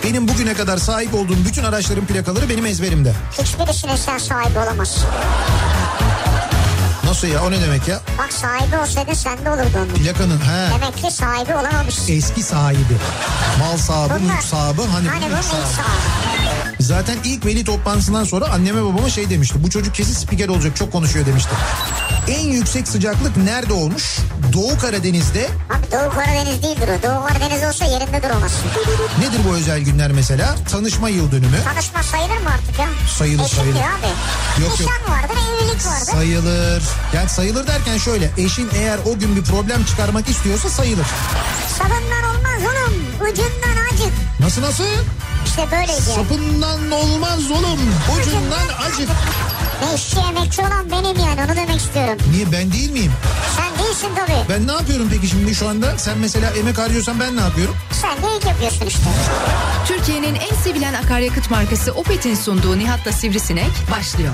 Benim bugüne kadar sahip olduğum bütün araçların plakaları benim ezberimde. Hiçbirisine sen sahibi olamazsın. Nasıl ya, o ne demek ya? Bak sahibi olsaydı sende olurdu onun. Plakanın Demek ki sahibi olamamışsın. Eski sahibi. Mal sahibi, mülk sahibi. Hani bu ilk sahibi. Zaten ilk veli toplantısından sonra anneme babama şey demişti. Bu çocuk kesin spiker olacak, çok konuşuyor demişti. En yüksek sıcaklık nerede olmuş? Doğu Karadeniz'de. Abi Doğu Karadeniz değildir o. Doğu Karadeniz olsa yerinde duramazsın. Nedir bu özel günler mesela? Tanışma yıl dönümü. Tanışma sayılır mı artık ya? Sayılır. Abi. Yok. Nişan vardır, evlilik vardır. Sayılır. Yani sayılır derken şöyle. Eşin eğer o gün bir problem çıkarmak istiyorsa sayılır. Sapından olmaz oğlum. Ucundan acık. Nasıl? İşte böyleydi. Sapından olmaz oğlum. Ucundan acık. Ne işçi emekçi olan benim yani, onu demek istiyorum. Niye, ben değil miyim? Sen değilsin tabii. Ben ne yapıyorum peki şimdi şu anda? Sen mesela emek harcıyorsan ben ne yapıyorum? Sen de ilk yapıyorsun işte. Türkiye'nin en sevilen akaryakıt markası Opet'in sunduğu Nihat'la Sivrisinek başlıyor.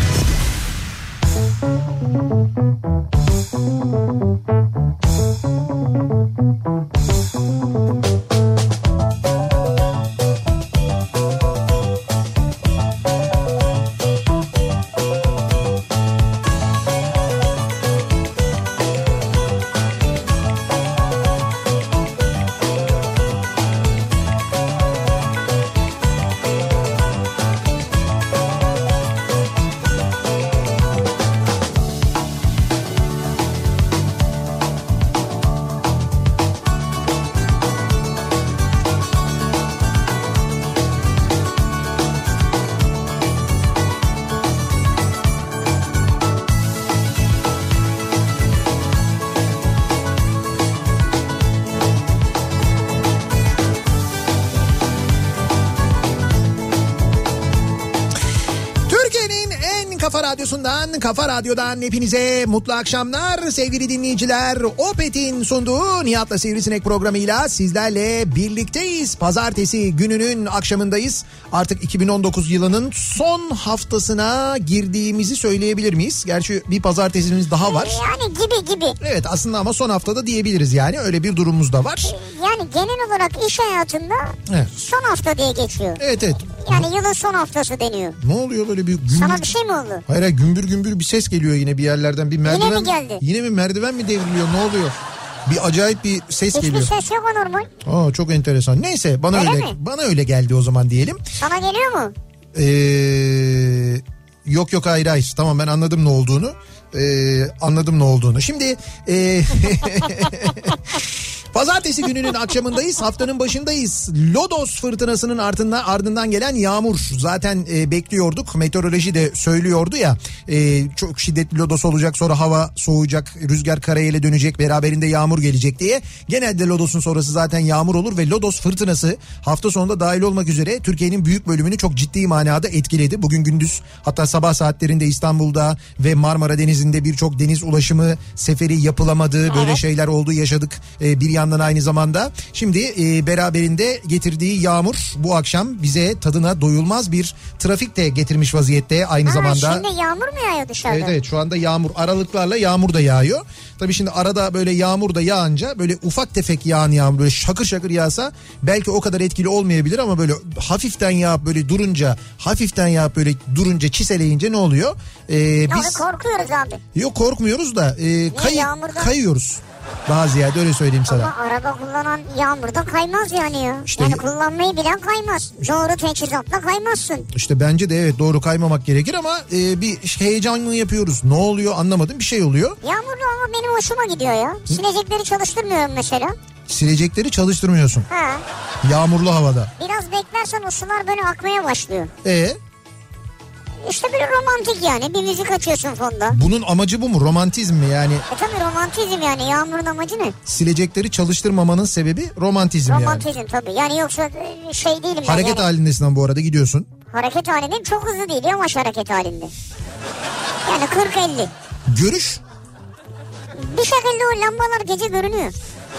Kafa Radyo'dan hepinize mutlu akşamlar sevgili dinleyiciler. Opet'in sunduğu Nihat'la Sivrisinek programıyla sizlerle birlikteyiz. Pazartesi gününün akşamındayız. Artık 2019 yılının son haftasına girdiğimizi söyleyebilir miyiz? Gerçi bir pazartesimiz daha var. Yani gibi. Evet aslında ama son haftada diyebiliriz yani, öyle bir durumumuz da var. Yani genel olarak iş hayatında son hafta diye geçiyor. Evet. Yani yılın son haftası deniyor. Ne oluyor böyle bir gümbür? Sana bir şey mi oldu? Hayır gümbür bir ses geliyor yine bir yerlerden. Bir merdiven, yine mi geldi? Yine mi merdiven mi devriliyor, ne oluyor? Bir acayip bir ses geliyor. Hiçbir ses yok, o normal. Çok enteresan. Neyse bana öyle geldi o zaman diyelim. Sana geliyor mu? Yok hayır. Tamam, ben anladım ne olduğunu. Şimdi pazartesi gününün akşamındayız, haftanın başındayız. Lodos fırtınasının ardından gelen yağmur zaten bekliyorduk. Meteoroloji de söylüyordu ya, çok şiddetli lodos olacak, sonra hava soğuyacak, rüzgar karayele dönecek, beraberinde yağmur gelecek diye. Genelde lodosun sonrası zaten yağmur olur ve lodos fırtınası hafta sonunda dahil olmak üzere Türkiye'nin büyük bölümünü çok ciddi manada etkiledi. Bugün gündüz, hatta sabah saatlerinde İstanbul'da ve Marmara Denizi'nde birçok deniz ulaşımı seferi yapılamadı. Böyle şeyler oldu, yaşadık. Bir yandan aynı zamanda şimdi beraberinde getirdiği yağmur bu akşam bize tadına doyulmaz bir trafik de getirmiş vaziyette aynı zamanda. Şimdi yağmur mu yağıyor dışarıda? Evet şu anda yağmur, aralıklarla yağmur da yağıyor. Tabii şimdi arada böyle yağmur da yağınca, böyle ufak tefek yağan yağmur böyle şakır şakır yağsa belki o kadar etkili olmayabilir ama böyle hafiften yağıp böyle durunca çiseleyince ne oluyor? Biz korkuyoruz abi. Yok korkmuyoruz da kayıyoruz. Bazı yerde öyle söyleyeyim sana. Ama araba kullanan yağmurda kaymaz yani ya. İşte, yani kullanmayı bilen kaymaz. Doğru teçhizatla kaymazsın. İşte bence de evet, doğru kaymamak gerekir ama bir heyecanlı yapıyoruz. Ne oluyor anlamadım, bir şey oluyor. Yağmurlu ama benim hoşuma gidiyor ya. Silecekleri çalıştırmıyorum mesela. Silecekleri çalıştırmıyorsun. Ha. Yağmurlu havada. Biraz beklersen o sular böyle akmaya başlıyor. İşte böyle romantik yani, bir müzik açıyorsun fonda. Bunun amacı bu mu? Romantizm mi yani? Tabii romantizm yani, yağmurun amacı ne? Silecekleri çalıştırmamanın sebebi romantizm yani. Romantizm tabii, yani yoksa şey değilim ben. Hareket halindesin bu arada, gidiyorsun. Hareket halindeyim, çok hızlı değil, yavaş hareket halinde. Yani 40-50. Görüş? Bir şekilde o lambalar gece görünüyor.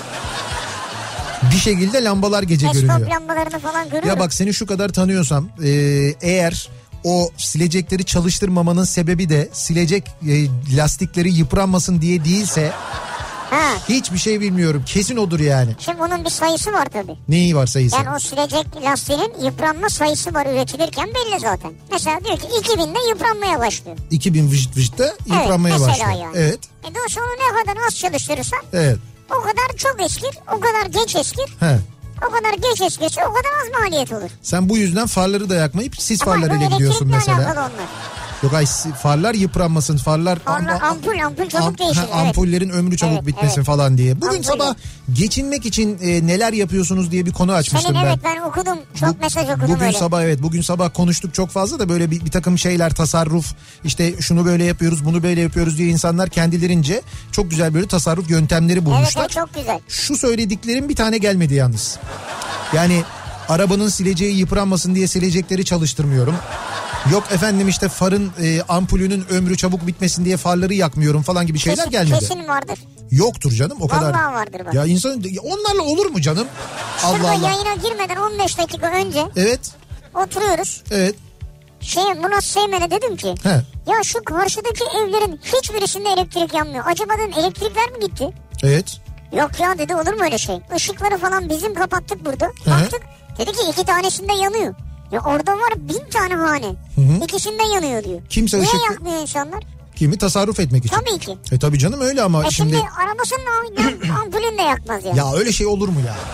Bir şekilde lambalar gece görünüyor. Estop lambalarını falan görüyorum. Ya bak, seni şu kadar tanıyorsam eğer o silecekleri çalıştırmamanın sebebi de silecek lastikleri yıpranmasın diye değilse Ha. Hiçbir şey bilmiyorum. Kesin odur yani. Şimdi bunun bir sayısı var tabii. Neyi var sayısı? Yani o silecek lastiğinin yıpranma sayısı var üretilirken belli zaten. Mesela diyor ki 2000'de yıpranmaya başlıyor. 2000 vıcıtta yıpranmaya başlıyor. Yani. Evet. Dolayısıyla onu ne kadar az çalıştırırsan evet. o kadar çok eskir, o kadar geç eskir. He. O kadar geç eskirse o kadar az maliyet olur. Sen bu yüzden farları da yakmayıp sis ama farlarıyla gidiyorsun mesela. Ama onlar. Yok ay farlar yıpranmasın, farlar ampul çabuk değişir. Ampullerin ömrü çabuk bitmesin falan diye. Bugün sabah geçinmek için neler yapıyorsunuz diye bir konu açmıştım senin, ben. Evet ben okudum. Çok mesaj okudum bugün öyle. Bugün sabah konuştuk çok fazla da böyle bir takım şeyler, tasarruf, işte şunu böyle yapıyoruz, bunu böyle yapıyoruz diye insanlar kendilerince çok güzel böyle tasarruf yöntemleri bulmuşlar. Evet çok güzel. Şu söylediklerim bir tane gelmedi yalnız. Yani arabanın sileceği yıpranmasın diye silecekleri çalıştırmıyorum. Yok efendim işte farın ampulünün ömrü çabuk bitmesin diye farları yakmıyorum falan gibi şeyler gelmedi. Kesin vardır. Yoktur canım o kadar. Vallahi vardır bak. Ya insan onlarla olur mu canım? Şurada yayına girmeden 15 dakika önce. Evet. Oturuyoruz. Evet. Murat Seymen'e dedim ki. He. Ya şu karşıdaki evlerin hiçbirisinde elektrik yanmıyor. Acaba dedim elektrikler mi gitti? Evet. Yok ya dedi, olur mu öyle şey? Işıkları falan bizim kapattık burada. Baktık. Dedi ki 2 tanesinde yanıyor. Ya orada var 1000 tane hane. İkisinde yanıyor diyor. Kimse niye yakmıyor insanlar? Kimi tasarruf etmek için. Tabii ki. Tabii canım öyle ama şimdi arabasının ampulünü de yakmaz yani. Ya öyle şey olur mu ya?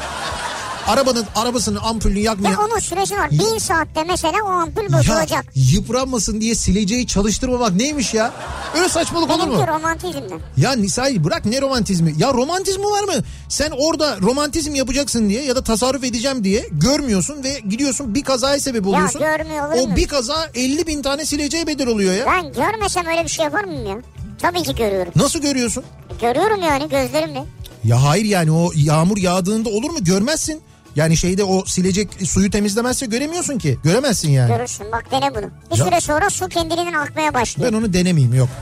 Arabasının ampulünü yakmaya... Ya onun süresi var. 1000 saatte mesela o ampul bozulacak. Ya yıpranmasın diye sileceği çalıştırmamak neymiş ya? Öyle saçmalık olur mu? Benimki romantizmden. Ya Nisa'yı bırak, ne romantizmi? Ya romantizmi var mı? Sen orada romantizm yapacaksın diye ya da tasarruf edeceğim diye görmüyorsun ve gidiyorsun bir kazaya sebep oluyorsun. Ya görmüyor olur mu? O bir kaza 50.000 tane sileceğe bedel oluyor ya. Ben görmesem öyle bir şey yapar mıyım ya? Tabii ki görüyorum. Nasıl görüyorsun? Görüyorum yani gözlerimle. Ya hayır yani o yağmur yağdığında olur mu? Görmezsin. Yani o silecek suyu temizlemezse göremiyorsun ki. Göremezsin yani. Görürsün bak, dene bunu. Bir süre sonra su kendiliğinden akmaya başlıyor. Ben onu denemeyeyim, yok.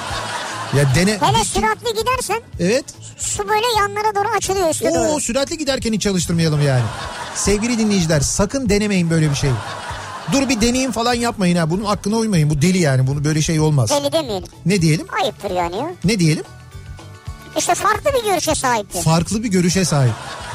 Ya hele süratli gidersen. Evet. Su böyle yanlara doğru açılıyor üstüne doğru. Süratli giderken hiç çalıştırmayalım yani. Sevgili dinleyiciler, sakın denemeyin böyle bir şeyi. Dur bir deneyim falan yapmayın ha. Bunun hakkına uymayın. Bu deli yani. Bunu böyle şey olmaz. Deli demeyelim. Ne diyelim? Ayıptır yani ya. Ne diyelim? İşte farklı bir görüşe sahiptir. Farklı bir görüşe sahip.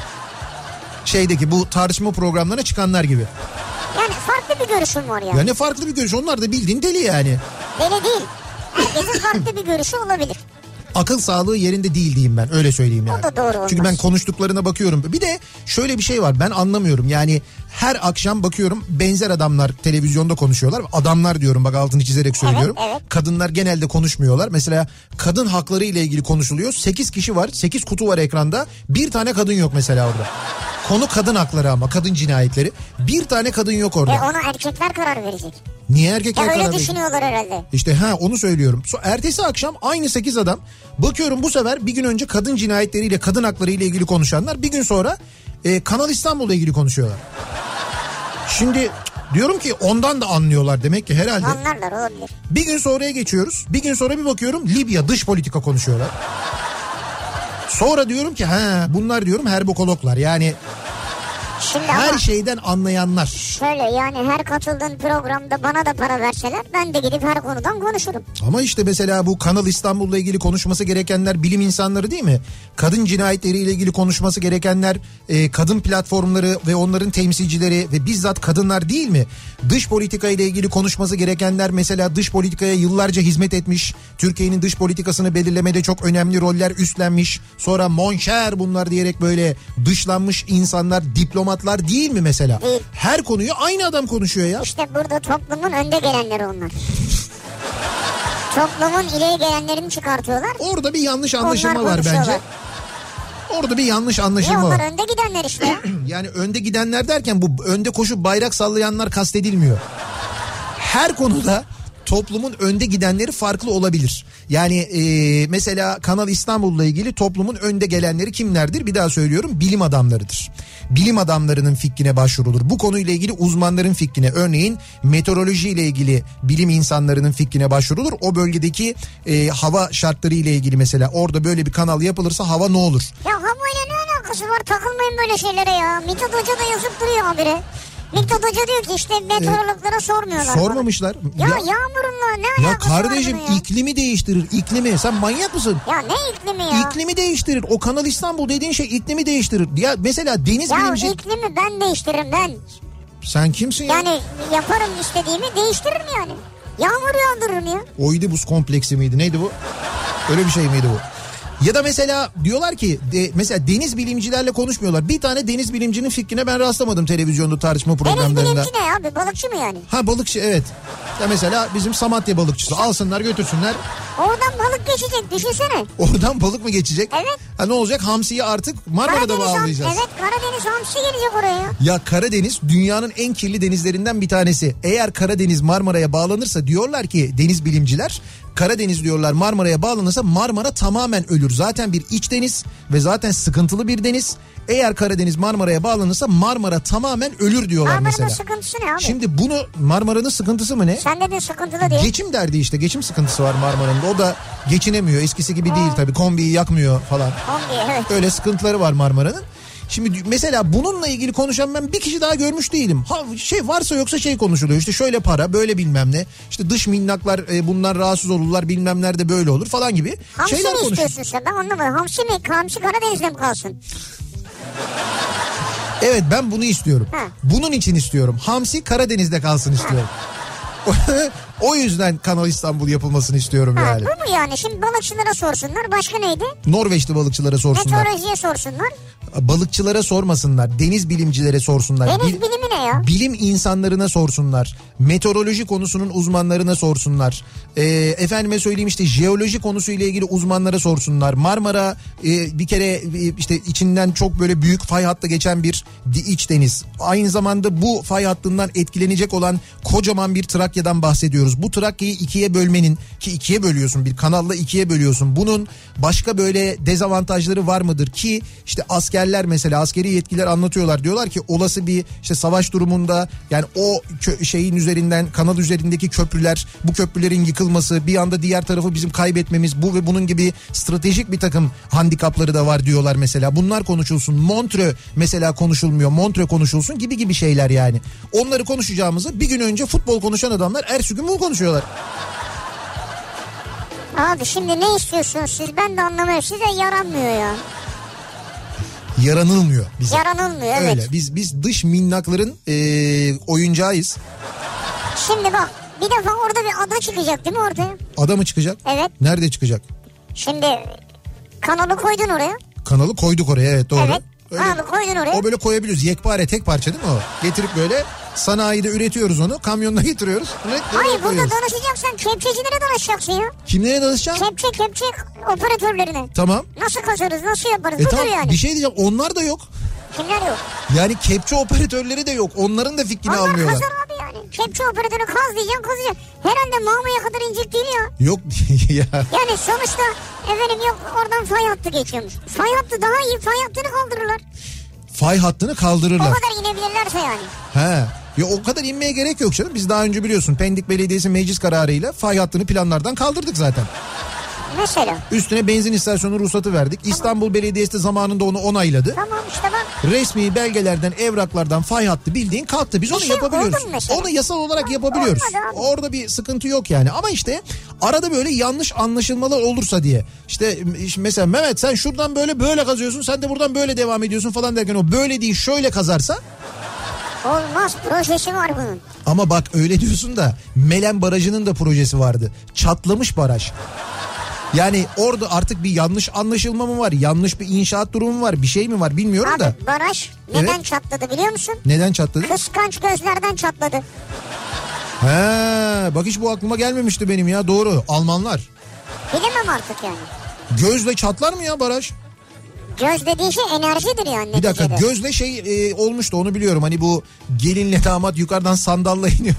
Bu tartışma programlarına çıkanlar gibi. Yani farklı bir görüşüm var yani. Yani farklı bir görüş. Onlar da bildiğin deli yani. Deli değil. Herkesin farklı bir görüşü olabilir. Akıl sağlığı yerinde değil diyeyim ben, öyle söyleyeyim yani. O da doğru olmaz. Çünkü ben konuştuklarına bakıyorum. Bir de şöyle bir şey var, ben anlamıyorum yani, her akşam bakıyorum benzer adamlar televizyonda konuşuyorlar. Adamlar diyorum bak, altını çizerek söylüyorum. Evet. Kadınlar genelde konuşmuyorlar. Mesela kadın hakları ile ilgili konuşuluyor. 8 kişi var, 8 kutu var ekranda. Bir tane kadın yok mesela orada. Konu kadın hakları ama, kadın cinayetleri. Bir tane kadın yok orada. Ona erkekler karar verecek. Niye erkekler karar verecek? Öyle düşünüyorlar herhalde. İşte onu söylüyorum. Ertesi akşam aynı 8 adam. Bakıyorum bu sefer bir gün önce kadın cinayetleriyle, kadın hakları ile ilgili konuşanlar, bir gün sonra Kanal İstanbul'la ilgili konuşuyorlar. Şimdi diyorum ki ondan da anlıyorlar demek ki herhalde. Anlarlar, olabilir. Bir gün sonraya geçiyoruz. Bir gün sonra bir bakıyorum Libya dış politika konuşuyorlar. Sonra diyorum ki bunlar diyorum herbokologlar yani. Şimdi her şeyden anlayanlar. Şöyle yani, her katıldığın programda bana da para verseler ben de gidip her konudan konuşurum. Ama işte mesela bu Kanal İstanbul'la ilgili konuşması gerekenler bilim insanları değil mi? Kadın cinayetleriyle ilgili konuşması gerekenler kadın platformları ve onların temsilcileri ve bizzat kadınlar değil mi? Dış politika ile ilgili konuşması gerekenler mesela dış politikaya yıllarca hizmet etmiş. Türkiye'nin dış politikasını belirlemede çok önemli roller üstlenmiş. Sonra monşer bunlar diyerek böyle dışlanmış insanlar, diplomatlar değil mi mesela? Değil. Her konuyu aynı adam konuşuyor ya. İşte burada toplumun önde gelenleri onlar. Toplumun ileri gelenlerini çıkartıyorlar. Orada bir yanlış anlaşılma var bence. Orada bir yanlış anlaşılma var. Onlar önde gidenler işte. Yani önde gidenler derken bu önde koşup bayrak sallayanlar kastedilmiyor. Her konuda toplumun önde gidenleri farklı olabilir. Yani mesela Kanal İstanbul'la ilgili toplumun önde gelenleri kimlerdir? Bir daha söylüyorum, bilim adamlarıdır. Bilim adamlarının fikrine başvurulur. Bu konuyla ilgili uzmanların fikrine, örneğin meteoroloji ile ilgili bilim insanlarının fikrine başvurulur. O bölgedeki hava şartları ile ilgili mesela orada böyle bir kanal yapılırsa hava ne olur? Ya havayla ne alakası var? Takılmayın böyle şeylere ya. Mithat Hoca da yazıp duruyor habire. Miktat Hoca diyor ki işte meteorologlara sormuyorlar. Sormamışlar. Ya yağmurunla ne alakası var kardeşim ya? iklimi değiştirir, iklimi. Sen manyak mısın? Ya ne iklimi ya? İklimi değiştirir. O Kanal İstanbul dediğin şey iklimi değiştirir. Ya mesela deniz bilimci... Ya iklimi ben değiştiririm ben. Sen kimsin ya? Yani yaparım istediğimi, değiştiririm yani. Yağmur yağdırırım ya. Oidipus kompleksi miydi? Neydi bu? Öyle bir şey miydi bu? Ya da mesela diyorlar ki mesela deniz bilimcilerle konuşmuyorlar. Bir tane deniz bilimcinin fikrine ben rastlamadım televizyonda tartışma programlarında. Deniz bilimci ne abi? Balıkçı mı yani? Ha, balıkçı, evet. Ya mesela bizim Samatya balıkçısı, alsınlar götürsünler. Oradan balık geçecek, düşünsene. Oradan balık mı geçecek? Evet. Ha, ne olacak? Hamsiyi artık Marmara'da bağlayacağız. Evet, Karadeniz hamsi gelecek oraya. Ya Karadeniz dünyanın en kirli denizlerinden bir tanesi. Eğer Karadeniz Marmara'ya bağlanırsa diyorlar ki deniz bilimciler, Karadeniz diyorlar Marmara'ya bağlanırsa Marmara tamamen ölür. Zaten bir iç deniz ve zaten sıkıntılı bir deniz. Eğer Karadeniz Marmara'ya bağlanırsa Marmara tamamen ölür diyorlar mesela. Marmara'nın sıkıntısı ne abi? Şimdi bunu, Marmara'nın sıkıntısı mı ne? Sen dedin sıkıntılı diye. Geçim derdi işte, geçim sıkıntısı var Marmara'nın. O da geçinemiyor, eskisi gibi değil tabii, kombiyi yakmıyor falan. Kombi, evet. Öyle sıkıntıları var Marmara'nın. Şimdi mesela bununla ilgili konuşan ben bir kişi daha görmüş değilim. Ha, şey varsa yoksa şey konuşuluyor. İşte şöyle para, böyle bilmem ne. İşte dış minnaklar bunlar rahatsız olurlar, bilmem nerede böyle olur falan gibi. Hamsi şeyler mi konuşuyor. istiyorsun sen? Ben anlamadım. Hamsi mi? Hamsi Karadeniz'de mi kalsın? Evet, ben bunu istiyorum. Ha. Bunun için istiyorum. Hamsi Karadeniz'de kalsın istiyorum. O yüzden Kanal İstanbul yapılmasını istiyorum Ha, yani. bu mu yani? Şimdi balıkçılara sorsunlar. Başka neydi? Norveçli balıkçılara sorsunlar. Meteorolojiye sorsunlar. Balıkçılara sormasınlar. Deniz bilimcilere sorsunlar. Deniz bilimi ne ya? Bilim insanlarına sorsunlar. Meteoroloji konusunun uzmanlarına sorsunlar. Efendime söyleyeyim işte jeoloji konusuyla ilgili uzmanlara sorsunlar. Marmara bir kere işte içinden çok böyle büyük fay hattı geçen bir iç deniz. Aynı zamanda bu fay hattından etkilenecek olan kocaman bir Trakya'dan bahsediyoruz. Bu Trakya'yı ikiye bölmenin, ki ikiye bölüyorsun, bir kanalla ikiye bölüyorsun. Bunun başka böyle dezavantajları var mıdır ki işte askerler mesela, askeri yetkililer anlatıyorlar. Diyorlar ki olası bir işte savaş durumunda yani o şeyin üzerinden, kanal üzerindeki köprüler, bu köprülerin yıkılması, bir anda diğer tarafı bizim kaybetmemiz, bu ve bunun gibi stratejik bir takım handikapları da var diyorlar mesela. Bunlar konuşulsun. Montreux mesela konuşulmuyor. Montreux konuşulsun gibi şeyler yani. Onları konuşacağımızı bir gün önce futbol konuşan adamlar ertesi gün bunu konuşuyorlar. Abi şimdi ne istiyorsunuz siz? Ben de anlamıyorum. Size yaranmıyor ya. Yaranılmıyor bize. Yaranılmıyor, evet. Öyle. Biz dış minnakların oyuncağıyız. Şimdi bak, bir defa orada bir ada çıkacak değil mi ortaya? Ada mı çıkacak? Evet. Nerede çıkacak? Şimdi kanalı koydun oraya. Kanalı koyduk oraya, evet, doğru. Evet. Kanalı koydun oraya. O böyle koyabiliyoruz. Yekpare, tek parça değil mi o? Getirip böyle sanayide üretiyoruz onu. Kamyonla getiriyoruz. Hayır, burada danışacaksan kepçecilere danışacaksın ya. Kimlere danışacaksın? Kepçe operatörlerine. Tamam. Nasıl kazarız, nasıl yaparız? Budur Tamam, yani. bir şey diyeceğim, onlar da yok. Kimler yok? Yani kepçe operatörleri de yok. Onların da fikrini Onlar almıyorlar. kazar abi yani. Kepçe operatörü kaz diyeceksin, kazacak. Herhalde mamaya kadar incik değil ya. Yok ya. Yani sonuçta efendim yok oradan fay hattı geçiyormuş. Fay hattı daha iyi, fay hattını kaldırırlar. Fay hattını O kaldırırlar. kadar inebilirlerse yani. He. Ya o kadar inmeye gerek yok canım. Biz daha önce biliyorsun Pendik Belediyesi meclis kararıyla fay hattını planlardan kaldırdık zaten. Mesela. Üstüne benzin istasyonu ruhsatı verdik. Tamam. İstanbul Belediyesi de zamanında onu onayladı. Tamam işte bak. Resmi belgelerden, evraklardan fay hattı bildiğin kalktı. Biz onu yapabiliyoruz. Onu yasal olarak yapabiliyoruz. Orada bir sıkıntı yok yani. Ama işte arada böyle yanlış anlaşılmalar olursa diye. İşte mesela Mehmet sen şuradan böyle kazıyorsun, sen de buradan böyle devam ediyorsun falan derken o böyle değil şöyle kazarsa. Olmaz, projesi var bunun. Ama bak öyle diyorsun da Melen Barajı'nın da projesi vardı. Çatlamış baraj. Yani orada artık bir yanlış anlaşılma mı var? Yanlış bir inşaat durumu mu var? Bir şey mi var bilmiyorum da. Abi baraj neden çatladı biliyor musun? Neden çatladı? Kıskanç gözlerden çatladı. He, bak hiç bu aklıma gelmemişti benim ya, doğru. Almanlar. Bilemem artık yani. Gözle çatlar mı ya baraj? Göz dediği şey enerjidir yani. Bir dakika, gözle şey olmuştu, onu biliyorum. Hani bu gelinle damat yukarıdan sandalla iniyor.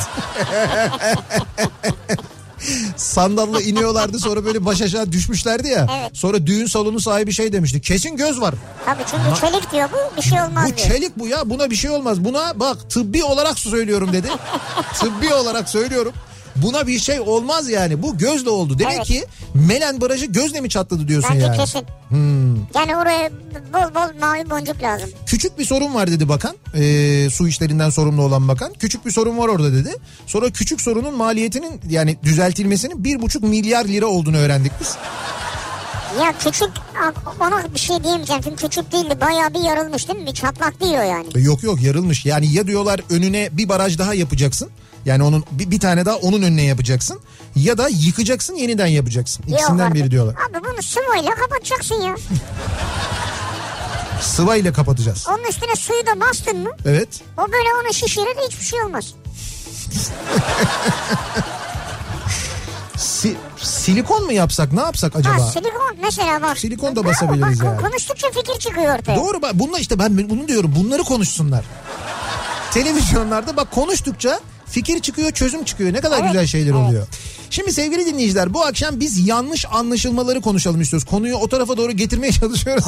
Sandalla iniyorlardı, sonra böyle baş aşağı düşmüşlerdi ya. Evet. Sonra düğün salonu sahibi şey demişti. Kesin göz var. Tabii çünkü çelik diyor bu, bir şey olmaz bu diyor. Çelik bu ya, buna bir şey olmaz. Buna bak tıbbi olarak söylüyorum dedi. Tıbbi olarak söylüyorum. buna bir şey olmaz yani. Bu gözle oldu. Demek ki Melen Barajı gözle mi çatladı diyorsun bence yani? Bence kesin. Yani oraya bol bol mavi boncuk lazım. Küçük bir sorun var dedi bakan. Su işlerinden sorumlu olan bakan. Küçük bir sorun var orada dedi. Sonra küçük sorunun maliyetinin yani düzeltilmesinin 1,5 milyar lira olduğunu öğrendik biz. Ya küçük, ona bir şey diyemeyeceğim çünkü küçük değildi, bayağı bir yarılmış değil mi? Bir çatlak diyor yani. Yok yarılmış. Yani ya diyorlar önüne bir baraj daha yapacaksın. Yani onun bir tane daha onun önüne yapacaksın. Ya da yıkacaksın, yeniden yapacaksın. İkisinden biri diyorlar. Abi bunu sıvayla kapatacaksın ya. Sıvayla kapatacağız. Onun üstüne suyu da bastın mı? Evet. O böyle onu şişirir, hiçbir şey olmaz. Silikon mu yapsak, ne yapsak acaba? Silikon mesela bak. Silikon da basabiliriz bak, yani. Konuştukça fikir çıkıyor ortaya. Doğru bak, bununla işte ben bunu diyorum, bunları konuşsunlar. Televizyonlarda bak konuştukça fikir çıkıyor, çözüm çıkıyor. Ne kadar güzel şeyler oluyor. Şimdi sevgili dinleyiciler, bu akşam biz yanlış anlaşılmaları konuşalım istiyoruz. Konuyu o tarafa doğru getirmeye çalışıyoruz.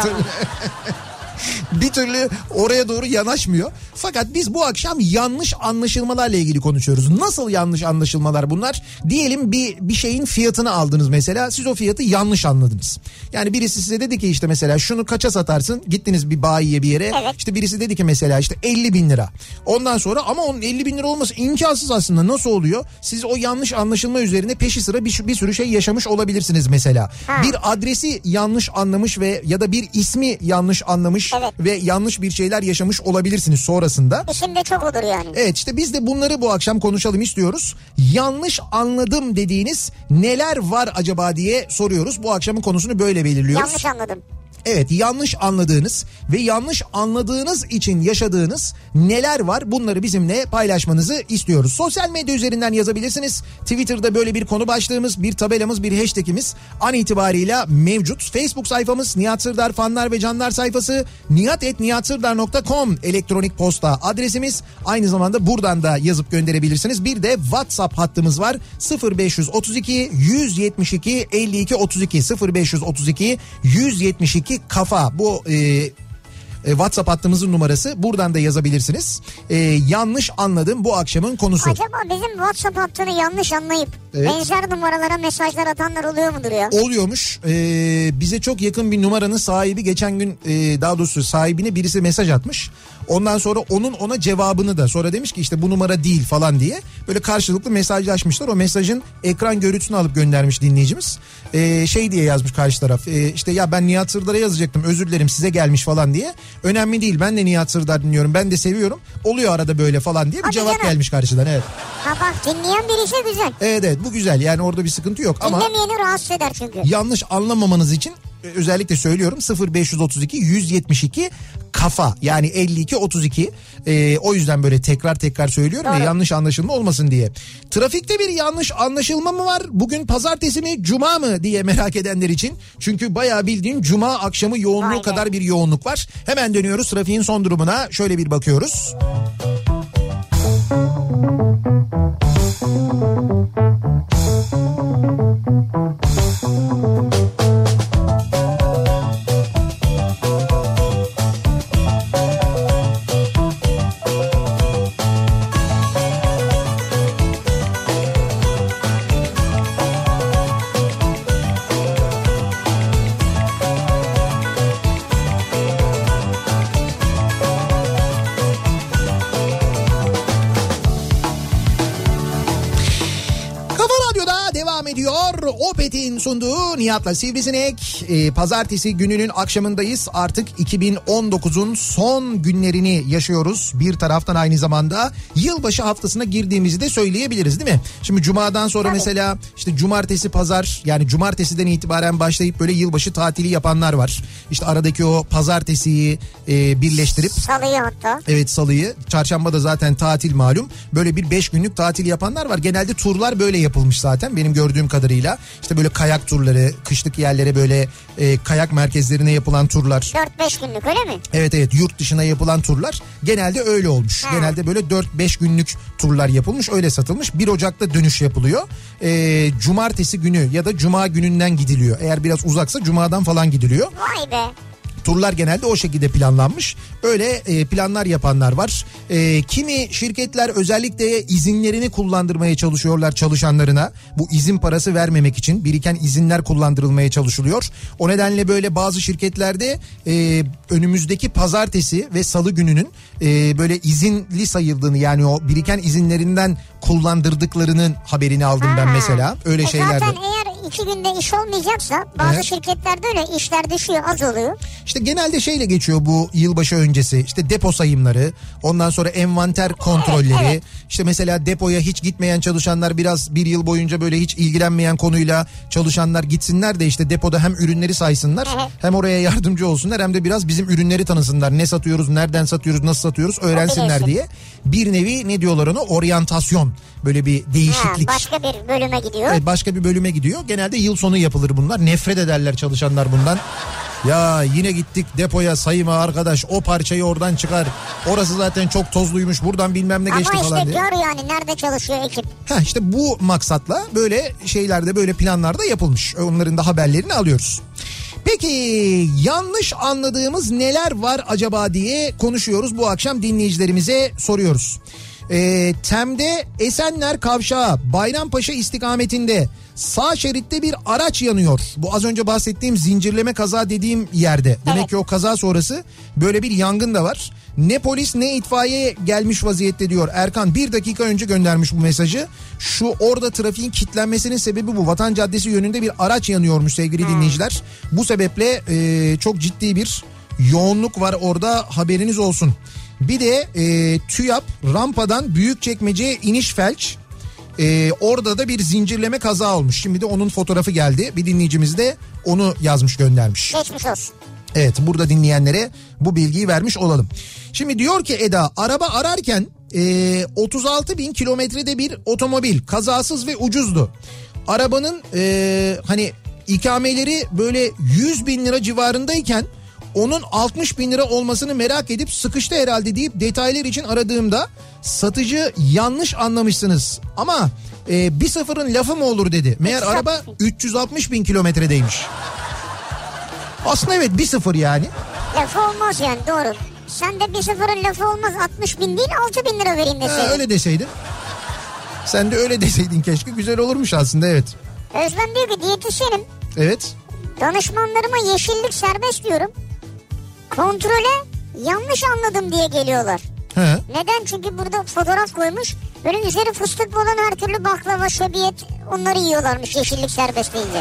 Bir türlü oraya doğru yanaşmıyor. Fakat biz bu akşam yanlış anlaşılmalarla ilgili konuşuyoruz. Nasıl yanlış anlaşılmalar bunlar? Diyelim bir şeyin fiyatını aldınız mesela. Siz o fiyatı yanlış anladınız. Yani birisi size dedi ki işte mesela şunu kaça satarsın? Gittiniz bir bayiye bir yere. Evet. İşte birisi dedi ki mesela işte 50 bin lira. Ondan sonra ama onun 50 bin lira olması imkansız aslında. Nasıl oluyor? Siz o yanlış anlaşılma üzerine peşi sıra bir sürü şey yaşamış olabilirsiniz mesela. Bir adresi yanlış anlamış ve ya da bir ismi yanlış anlamış. Evet. Ve yanlış bir şeyler yaşamış olabilirsiniz sonrasında. Şimdi çok olur yani. Evet, işte biz de bunları bu akşam konuşalım istiyoruz. Yanlış anladım dediğiniz neler var acaba diye soruyoruz. Bu akşamın konusunu böyle belirliyoruz. Yanlış anladım. Evet, yanlış anladığınız ve yanlış anladığınız için yaşadığınız neler var, bunları bizimle paylaşmanızı istiyoruz. Sosyal medya üzerinden yazabilirsiniz. Twitter'da böyle bir konu başlığımız, bir tabelamız, bir hashtagimiz an itibarıyla mevcut. Facebook sayfamız Nihat Sırdar fanlar ve canlar sayfası, nihat@nihatsırdar.com elektronik posta adresimiz. Aynı zamanda buradan da yazıp gönderebilirsiniz. Bir de WhatsApp hattımız var. 0532 172 52 32 0532 172 kafa, bu WhatsApp hattımızın numarası, buradan da yazabilirsiniz. Yanlış anladım bu akşamın konusu. Acaba bizim WhatsApp hattını yanlış anlayıp benzer numaralara mesajlar atanlar oluyor mudur ya? Oluyormuş. Bize çok yakın bir numaranın sahibi geçen gün, daha doğrusu sahibine birisi mesaj atmış. Ondan sonra onun ona cevabını da sonra demiş ki işte bu numara değil falan diye. Böyle karşılıklı mesajlaşmışlar. O mesajın ekran görüntüsünü alıp göndermiş dinleyicimiz. Şey diye yazmış karşı taraf. İşte ya ben Nihat Sırdar'a yazacaktım, özür dilerim size gelmiş falan diye. Önemli değil, ben de Nihat Sırdar dinliyorum, ben de seviyorum. Oluyor arada böyle falan diye bir cevap gelmiş karşıdan. Evet. Ha bak, dinleyen birisi güzel. Evet bu güzel, yani orada bir sıkıntı yok. Dinlemeyeni rahatsız eder çünkü. Yanlış anlamamanız için özellikle söylüyorum, 0532 172 kafa, yani 52 32. O yüzden böyle tekrar söylüyorum ya, yanlış anlaşılma olmasın diye. Trafikte bir yanlış anlaşılma mı var? Bugün pazartesi mi, cuma mı diye merak edenler için. Çünkü bayağı bildiğin cuma akşamı yoğunluğu kadar bir yoğunluk var. Hemen dönüyoruz, trafiğin son durumuna şöyle bir bakıyoruz. Opet'in sunduğu Nihat'la Sivrisinek. Pazartesi gününün akşamındayız. Artık 2019'un son günlerini yaşıyoruz. Bir taraftan aynı zamanda yılbaşı haftasına girdiğimizi de söyleyebiliriz, değil mi? Şimdi cumadan sonra mesela işte cumartesi pazar, yani cumartesiden itibaren başlayıp böyle yılbaşı tatili yapanlar var. İşte aradaki o pazartesiyi birleştirip. Salıyı hatta. Evet, salıyı. Çarşamba da zaten tatil malum. Böyle bir 5 günlük tatil yapanlar var. Genelde turlar böyle yapılmış zaten benim gördüğüm kadarıyla. İşte böyle kayak turları, kışlık yerlere böyle kayak merkezlerine yapılan turlar. 4-5 günlük öyle mi? Evet, yurt dışına yapılan turlar genelde öyle olmuş. Genelde böyle 4-5 günlük turlar yapılmış, öyle satılmış. 1 Ocak'ta dönüş yapılıyor. Cumartesi günü ya da cuma gününden gidiliyor. Eğer biraz uzaksa cumadan falan gidiliyor. Vay be. Turlar genelde o şekilde planlanmış. Öyle planlar yapanlar var. Kimi şirketler özellikle izinlerini kullandırmaya çalışıyorlar çalışanlarına. Bu izin parası vermemek için biriken izinler kullandırılmaya çalışılıyor. O nedenle böyle bazı şirketlerde önümüzdeki pazartesi ve salı gününün böyle izinli sayıldığını, yani o biriken izinlerinden kullandırdıklarının haberini aldım ben mesela. Öyle şeyler de. Zaten eğer 2 günde iş olmayacaksa bazı şirketlerde öyle işler düşüyor, az oluyor. İşte genelde şeyle geçiyor bu yılbaşı öncesi. İşte depo sayımları, ondan sonra envanter kontrolleri. Evet. İşte mesela depoya hiç gitmeyen çalışanlar, biraz bir yıl boyunca böyle hiç ilgilenmeyen konuyla çalışanlar gitsinler de işte depoda hem ürünleri saysınlar, hem oraya yardımcı olsunlar, hem de biraz bizim ürünleri tanısınlar. Ne satıyoruz, nereden satıyoruz, nasıl satıyoruz öğrensinler diye. Bir nevi ne diyorlar ona, oryantasyon, böyle bir değişiklik. Başka bir bölüme gidiyor. Evet, başka bir bölüme gidiyor. Genelde yıl sonu yapılır bunlar. Nefret ederler çalışanlar bundan. Ya yine gittik depoya sayıma arkadaş, o parçayı oradan çıkar. Orası zaten çok tozluymuş, buradan bilmem ne geçti falan diye. Ama işte gör yani nerede çalışıyor ekip. İşte bu maksatla böyle şeylerde, böyle planlarda yapılmış. Onların da haberlerini alıyoruz. Peki yanlış anladığımız neler var acaba diye konuşuyoruz. Bu akşam dinleyicilerimize soruyoruz. Tem'de Esenler Kavşağı Bayrampaşa istikametinde sağ şeritte bir araç yanıyor. Bu az önce bahsettiğim zincirleme kaza dediğim yerde. Demek ki o kaza sonrası böyle bir yangın da var. Ne polis ne itfaiye gelmiş vaziyette diyor Erkan. 1 dakika önce göndermiş bu mesajı. Şu orada trafiğin kilitlenmesinin sebebi bu. Vatan Caddesi yönünde bir araç yanıyormuş sevgili dinleyiciler. Bu sebeple çok ciddi bir yoğunluk var orada, haberiniz olsun. Bir de TÜYAP rampadan Büyükçekmece'ye iniş felç. Orada da bir zincirleme kaza olmuş. Şimdi de onun fotoğrafı geldi. Bir dinleyicimiz de onu yazmış, göndermiş. Geçmiş olsun. Evet, burada dinleyenlere bu bilgiyi vermiş olalım. Şimdi diyor ki Eda, araba ararken 36 bin kilometrede bir otomobil, kazasız ve ucuzdu. Arabanın hani ikameleri böyle 100 bin lira civarındayken onun 60 bin lira olmasını merak edip sıkıştı herhalde deyip detaylar için aradığımda satıcı yanlış anlamışsınız ama bir sıfırın lafı mı olur dedi. Meğer araba 360 bin kilometredeymiş. Aslında evet, bir sıfır yani. Lafı olmaz yani, doğru. Sen de bir sıfırın lafı olmaz, 60 bin değil 6 bin lira vereyim deseydin. Öyle deseydin. Sen de öyle deseydin keşke, güzel olurmuş aslında, evet. Özlem diyor ki diyetisyenim. Evet. Danışmanlarıma yeşillik serbest diyorum. Kontrole yanlış anladım diye geliyorlar. He. Neden? Çünkü burada fotoğraf koymuş. Böyle üzeri fıstık olan her türlü baklava, şöbiyet, onları yiyorlarmış yeşillik serbest deyince.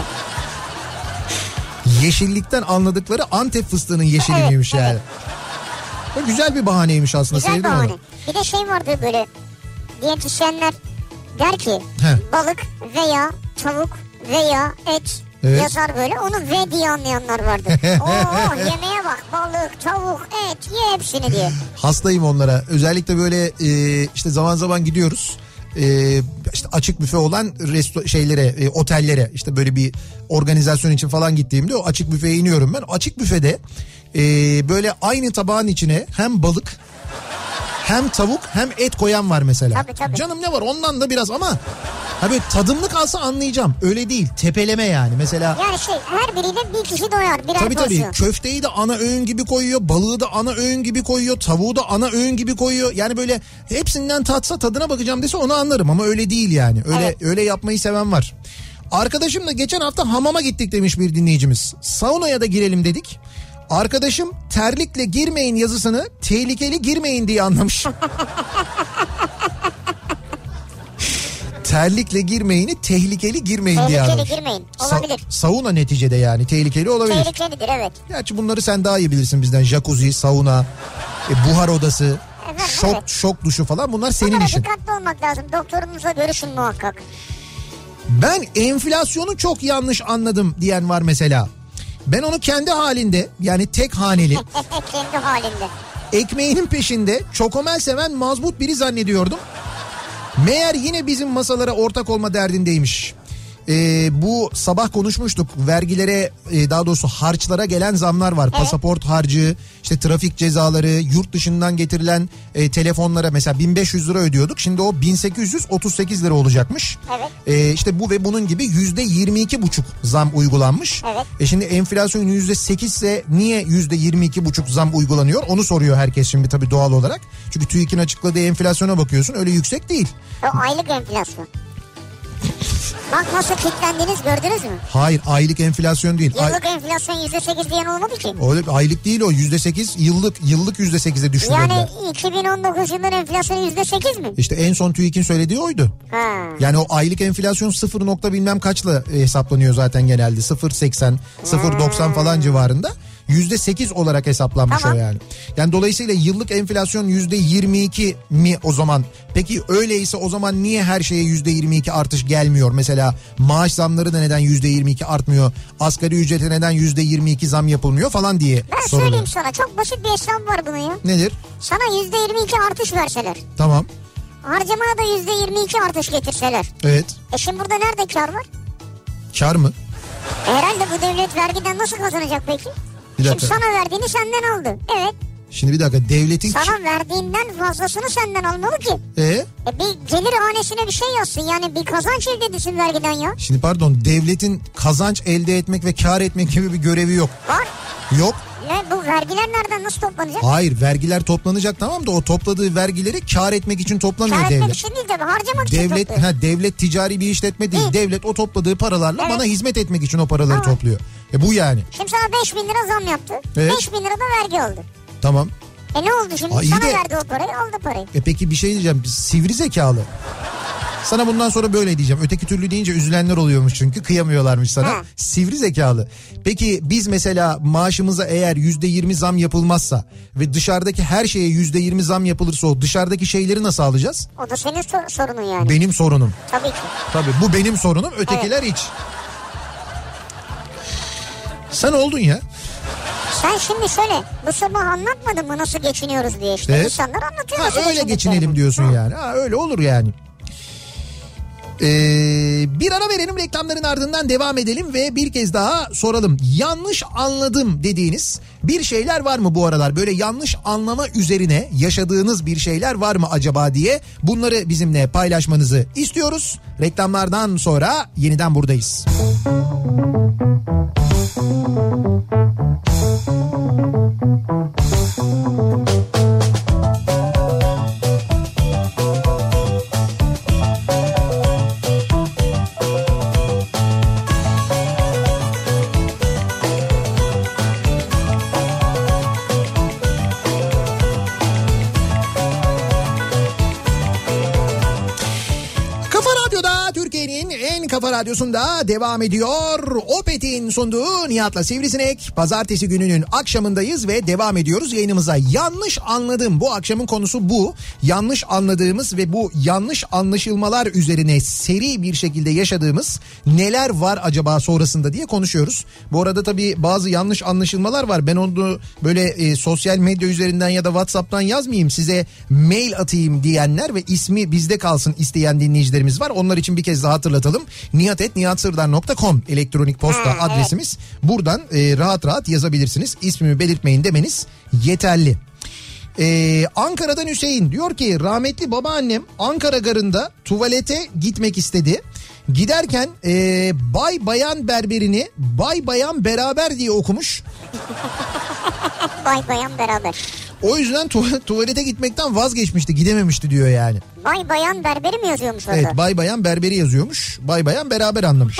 Yeşillikten anladıkları Antep fıstığının yeşili miymiş yani? Evet. Güzel bir bahaneymiş aslında. Güzel bahane. Onu. Bir de şey vardı böyle, diyetisyenler der ki balık veya tavuk veya et yazar böyle, onu ve diye anlayanlar vardı. Oo yemeğe bak, balık, tavuk, et, ye hepsini diye. Hastayım onlara. Özellikle böyle işte zaman zaman gidiyoruz. İşte açık büfe olan otellere, işte böyle bir organizasyon için falan gittiğimde o açık büfeye iniyorum ben. Açık büfede böyle aynı tabağın içine hem balık hem tavuk hem et koyan var mesela. Tabii. Canım ne var ondan da biraz, ama böyle tadımlık alsa anlayacağım. Öyle değil, tepeleme yani mesela. Yani her biriyle bir kişi doyar, birer porsiyon. Tabii köfteyi de ana öğün gibi koyuyor, balığı da ana öğün gibi koyuyor, tavuğu da ana öğün gibi koyuyor. Yani böyle hepsinden tatsa, tadına bakacağım dese onu anlarım, ama öyle değil yani. Öyle yapmayı seven var. Arkadaşımla geçen hafta hamama gittik demiş bir dinleyicimiz. Saunaya da girelim dedik. Arkadaşım terlikle girmeyin yazısını tehlikeli girmeyin diye anlamış. Terlikle girmeyini tehlikeli girmeyin diye anlamış. Tehlikeli girmeyin olabilir. Sauna neticede yani tehlikeli olabilir. Tehlikelidir, evet. Gerçi bunları sen daha iyi bilirsin bizden. Jacuzzi, sauna, buhar odası, şok duşu falan, bunlar senin işin. Dikkatli olmak lazım. Doktorunuzla görüşün muhakkak. Ben enflasyonu çok yanlış anladım diyen var mesela. Ben onu kendi halinde, yani tek haneli. Kendi halinde. Ekmeğinin peşinde çokomel seven mazbut biri zannediyordum. Meğer yine bizim masalara ortak olma derdindeymiş. bu sabah konuşmuştuk. Vergilere daha doğrusu harçlara gelen zamlar var. Evet. Pasaport harcı, işte trafik cezaları, yurt dışından getirilen telefonlara mesela 1500 lira ödüyorduk. Şimdi o 1838 lira olacakmış. Evet. İşte bu ve bunun gibi %22,5 zam uygulanmış. Evet. Şimdi enflasyon %8 ise niye %22,5 zam uygulanıyor? Onu soruyor herkes şimdi tabii doğal olarak. Çünkü TÜİK'in açıkladığı enflasyona bakıyorsun, öyle yüksek değil. O aylık enflasyon. Bak nasıl kilitlendiniz, gördünüz mü? Hayır, aylık enflasyon değil. Yıllık enflasyon %8 diyen olmadı ki. Öyle aylık değil o, %8 yıllık %8'e düştü. Yani 2019 yılının enflasyonu %8 mi? İşte en son TÜİK'in söylediği oydu. Ha. Yani o aylık enflasyon 0 nokta bilmem kaçla hesaplanıyor zaten genelde. 0.80, 0.90 falan civarında. %8 olarak hesaplanmış tamam. O yani. Yani dolayısıyla yıllık enflasyon %22 mi o zaman? Peki öyleyse o zaman niye her şeye %22 artış gelmiyor? Mesela maaş zamları da neden %22 artmıyor? Asgari ücrete neden %22 zam yapılmıyor falan diye ben soruluyor. Söyleyeyim sana, çok basit bir hesap var bunun ya. Nedir? Sana %22 artış verseler. Tamam. Harcamana da %22 artış getirseler. Evet. Şimdi burada nerede kar var? Kar mı? Herhalde bu devlet vergiden nasıl kazanacak peki? Şimdi sana verdiğini senden aldı. Evet. Şimdi bir dakika, devletin... Sana verdiğinden fazlasını senden almalı ki. Bir gelir hanesine bir şey yazsın, yani bir kazanç elde edilsin vergiden ya. Şimdi pardon, devletin kazanç elde etmek ve kar etmek gibi bir görevi yok. Var. Yok. Ne, bu vergiler nereden, nasıl toplanacak? Hayır, vergiler toplanacak tamam da o topladığı vergileri kar etmek için toplamıyor devlet. Kar etmek için değil tabii, harcamak için topluyor. Devlet ticari bir işletme değil. Devlet o topladığı paralarla bana hizmet etmek için o paraları topluyor. Bu yani. Şimdi sana 5 bin lira zam yaptı. Evet. 5 bin lira da vergi aldı. Tamam. Ne oldu şimdi? Sana verdi o parayı, aldı parayı. Peki bir şey diyeceğim. Sivri zekalı. Sana bundan sonra böyle diyeceğim. Öteki türlü deyince üzülenler oluyormuş çünkü. Kıyamıyorlarmış sana. Ha. Sivri zekalı. Peki biz mesela maaşımıza eğer %20 zam yapılmazsa ve dışarıdaki her şeye %20 zam yapılırsa o dışarıdaki şeyleri nasıl alacağız? O da senin sorunun yani. Benim sorunum. Tabii ki. Tabii bu benim sorunum. Ötekiler hiç. Sen oldun ya. Sen şimdi söyle, bu sabah anlatmadın mı nasıl geçiniyoruz diye işte. Evet. İnsanlar anlatıyor. Öyle geçinelim diyorsun yani. Öyle olur yani. Bir ara verelim, reklamların ardından devam edelim ve bir kez daha soralım. Yanlış anladım dediğiniz bir şeyler var mı bu aralar? Böyle yanlış anlama üzerine yaşadığınız bir şeyler var mı acaba diye bunları bizimle paylaşmanızı istiyoruz. Reklamlardan sonra yeniden buradayız. Kafa Radyosu'nda devam ediyor. Opet'in sunduğu Nihat'la Sivrisinek. Pazartesi gününün akşamındayız ve devam ediyoruz yayınımıza. Yanlış anladım. Bu akşamın konusu bu. Yanlış anladığımız ve bu yanlış anlaşılmalar üzerine seri bir şekilde yaşadığımız neler var acaba sonrasında diye konuşuyoruz. Bu arada tabii bazı yanlış anlaşılmalar var. Ben onu böyle sosyal medya üzerinden ya da WhatsApp'tan yazmayayım, size mail atayım diyenler ve ismi bizde kalsın isteyen dinleyicilerimiz var. Onlar için bir kez daha hatırlatalım. nihat@nihatsırdar.com elektronik posta adresimiz. Buradan rahat rahat yazabilirsiniz. İsmimi belirtmeyin demeniz yeterli. Ankara'dan Hüseyin diyor ki rahmetli babaannem Ankara garında tuvalete gitmek istedi. Giderken Bay Bayan berberini Bay Bayan beraber diye okumuş. Bay Bayan beraber. O yüzden tuvalete gitmekten vazgeçmişti, gidememişti diyor yani. Bay Bayan berberi mi yazıyormuş orada? Evet, Bay Bayan berberi yazıyormuş. Bay Bayan beraber anlamış.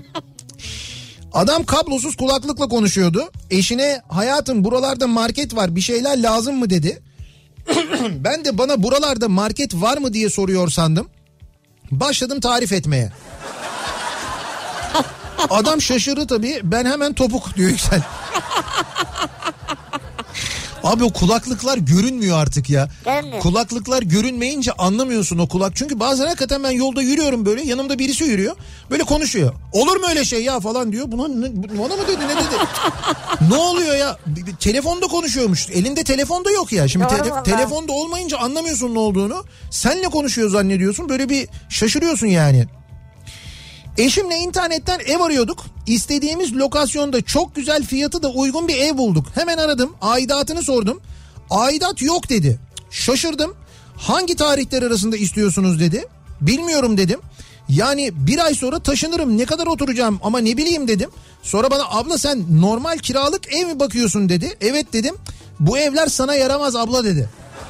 Adam kablosuz kulaklıkla konuşuyordu. Eşine hayatım buralarda market var bir şeyler lazım mı dedi. Ben de bana buralarda market var mı diye soruyor sandım. Başladım tarif etmeye. Adam şaşırdı tabii. Ben hemen topuk diyor Yüksel. Abi o kulaklıklar görünmüyor artık ya. Görünmüyor. Kulaklıklar görünmeyince anlamıyorsun o kulak. Çünkü bazen hakikaten ben yolda yürüyorum böyle, yanımda birisi yürüyor. Böyle konuşuyor. Olur mu öyle şey ya falan diyor. Bana mı dedi, ne dedi? Ne oluyor ya? Telefonda konuşuyormuş. Elinde telefonda yok ya. Şimdi telefonda olmayınca anlamıyorsun ne olduğunu. Senle konuşuyor zannediyorsun. Böyle bir şaşırıyorsun yani. Eşimle internetten ev arıyorduk. İstediğimiz lokasyonda çok güzel, fiyatı da uygun bir ev bulduk. Hemen aradım, aidatını sordum. Aidat yok dedi. Şaşırdım. Hangi tarihler arasında istiyorsunuz dedi. Bilmiyorum dedim. Yani bir ay sonra taşınırım, ne kadar oturacağım ama ne bileyim dedim. Sonra bana abla sen normal kiralık ev mi bakıyorsun dedi. Evet dedim. Bu evler sana yaramaz abla dedi.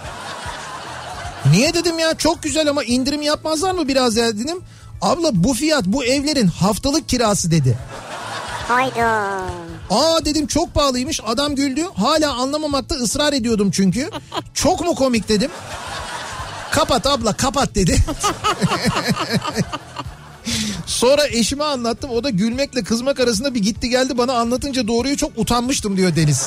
Niye dedim ya, çok güzel ama indirim yapmazlar mı biraz ya dedim. Abla bu fiyat bu evlerin haftalık kirası dedi. Hayda. Aa dedim, çok pahalıymış. Adam güldü. Hala anlamamakta ısrar ediyordum çünkü. Çok mu komik dedim. Kapat abla kapat dedi. Sonra eşime anlattım. O da gülmekle kızmak arasında bir gitti geldi. Bana anlatınca doğruyu çok utanmıştım diyor Deniz.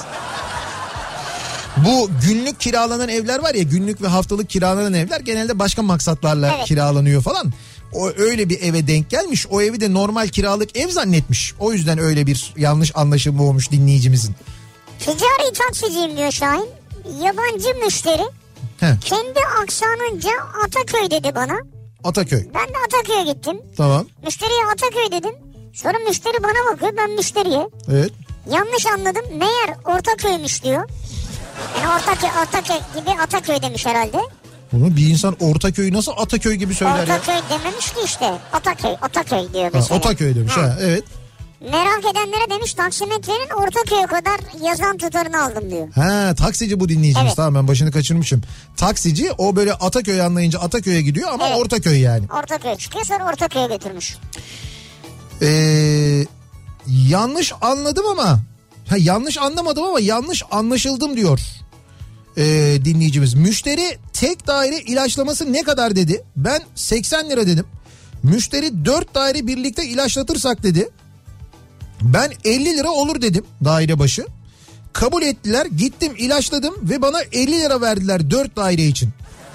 Bu günlük kiralanan evler var ya, günlük ve haftalık kiralanan evler genelde başka maksatlarla kiralanıyor falan. O öyle bir eve denk gelmiş. O evi de normal kiralık ev zannetmiş. O yüzden öyle bir yanlış anlaşılma olmuş dinleyicimizin. Ticari taksiciyim diyor Şahin. Yabancı müşteri. Kendi aksanınca Ataköy dedi bana. Ataköy. Ben de Ataköy'e gittim. Tamam. Müşteriye Ataköy dedim. Sonra müşteri bana bakıyor, ben müşteriye. Evet. Yanlış anladım. Meğer Ortaköy'müş diyor. Yani Ortaköy gibi Ataköy demiş herhalde. Bunu bir insan Ortaköy'ü nasıl Ataköy gibi söyler Ortaköy ya? Dememiş ki işte. Ataköy diyor mesela. Ataköy demiş ha evet. Merak edenlere demiş taksimetrenin Ortaköy'e kadar yazan tutarını aldım diyor. Ha, taksici bu dinleyicimiz. Evet. Tamam, ben başını kaçırmışım. Taksici o böyle Ataköy anlayınca Ataköy'e gidiyor ama evet. Ortaköy yani. Ortaköy çıkıyor, sonra Ortaköy'e götürmüş. Yanlış anladım ama yanlış anlamadım ama yanlış anlaşıldım diyor dinleyicimiz. Müşteri tek daire ilaçlaması ne kadar dedi. Ben 80 lira dedim. Müşteri 4 daire birlikte ilaçlatırsak dedi. Ben 50 lira olur dedim daire başı. Kabul ettiler, gittim ilaçladım ve bana 50 lira verdiler 4 daire için.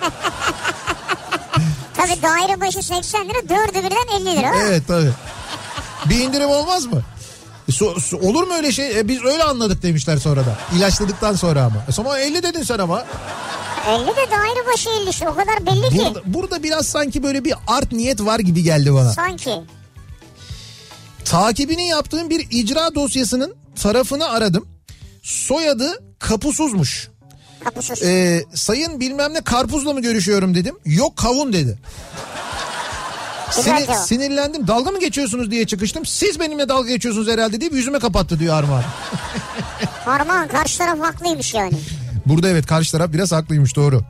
Tabii daire başı 80 lira, 4'ü birden 50 lira. Evet tabii. Bir indirim olmaz mı? Olur mu öyle şey? Biz öyle anladık demişler sonra da. İlaçladıktan sonra ama. Sonra 50 dedin sen ama. 50 de daire başı 50 işte, o kadar belli ki. Burada biraz sanki böyle bir art niyet var gibi geldi bana. Sanki. Takibini yaptığım bir icra dosyasının tarafını aradım. Soyadı Kapusuzmuş. Kapusuz. Sayın bilmem ne Karpuz'la mı görüşüyorum dedim. Yok kavun dedi. Sinirlendim. Dalga mı geçiyorsunuz diye çıkıştım. Siz benimle dalga geçiyorsunuz herhalde deyip yüzüme kapattı diyor Armağan. Armağan, karşı taraf haklıymış yani. Burada evet, karşı taraf biraz haklıymış, doğru.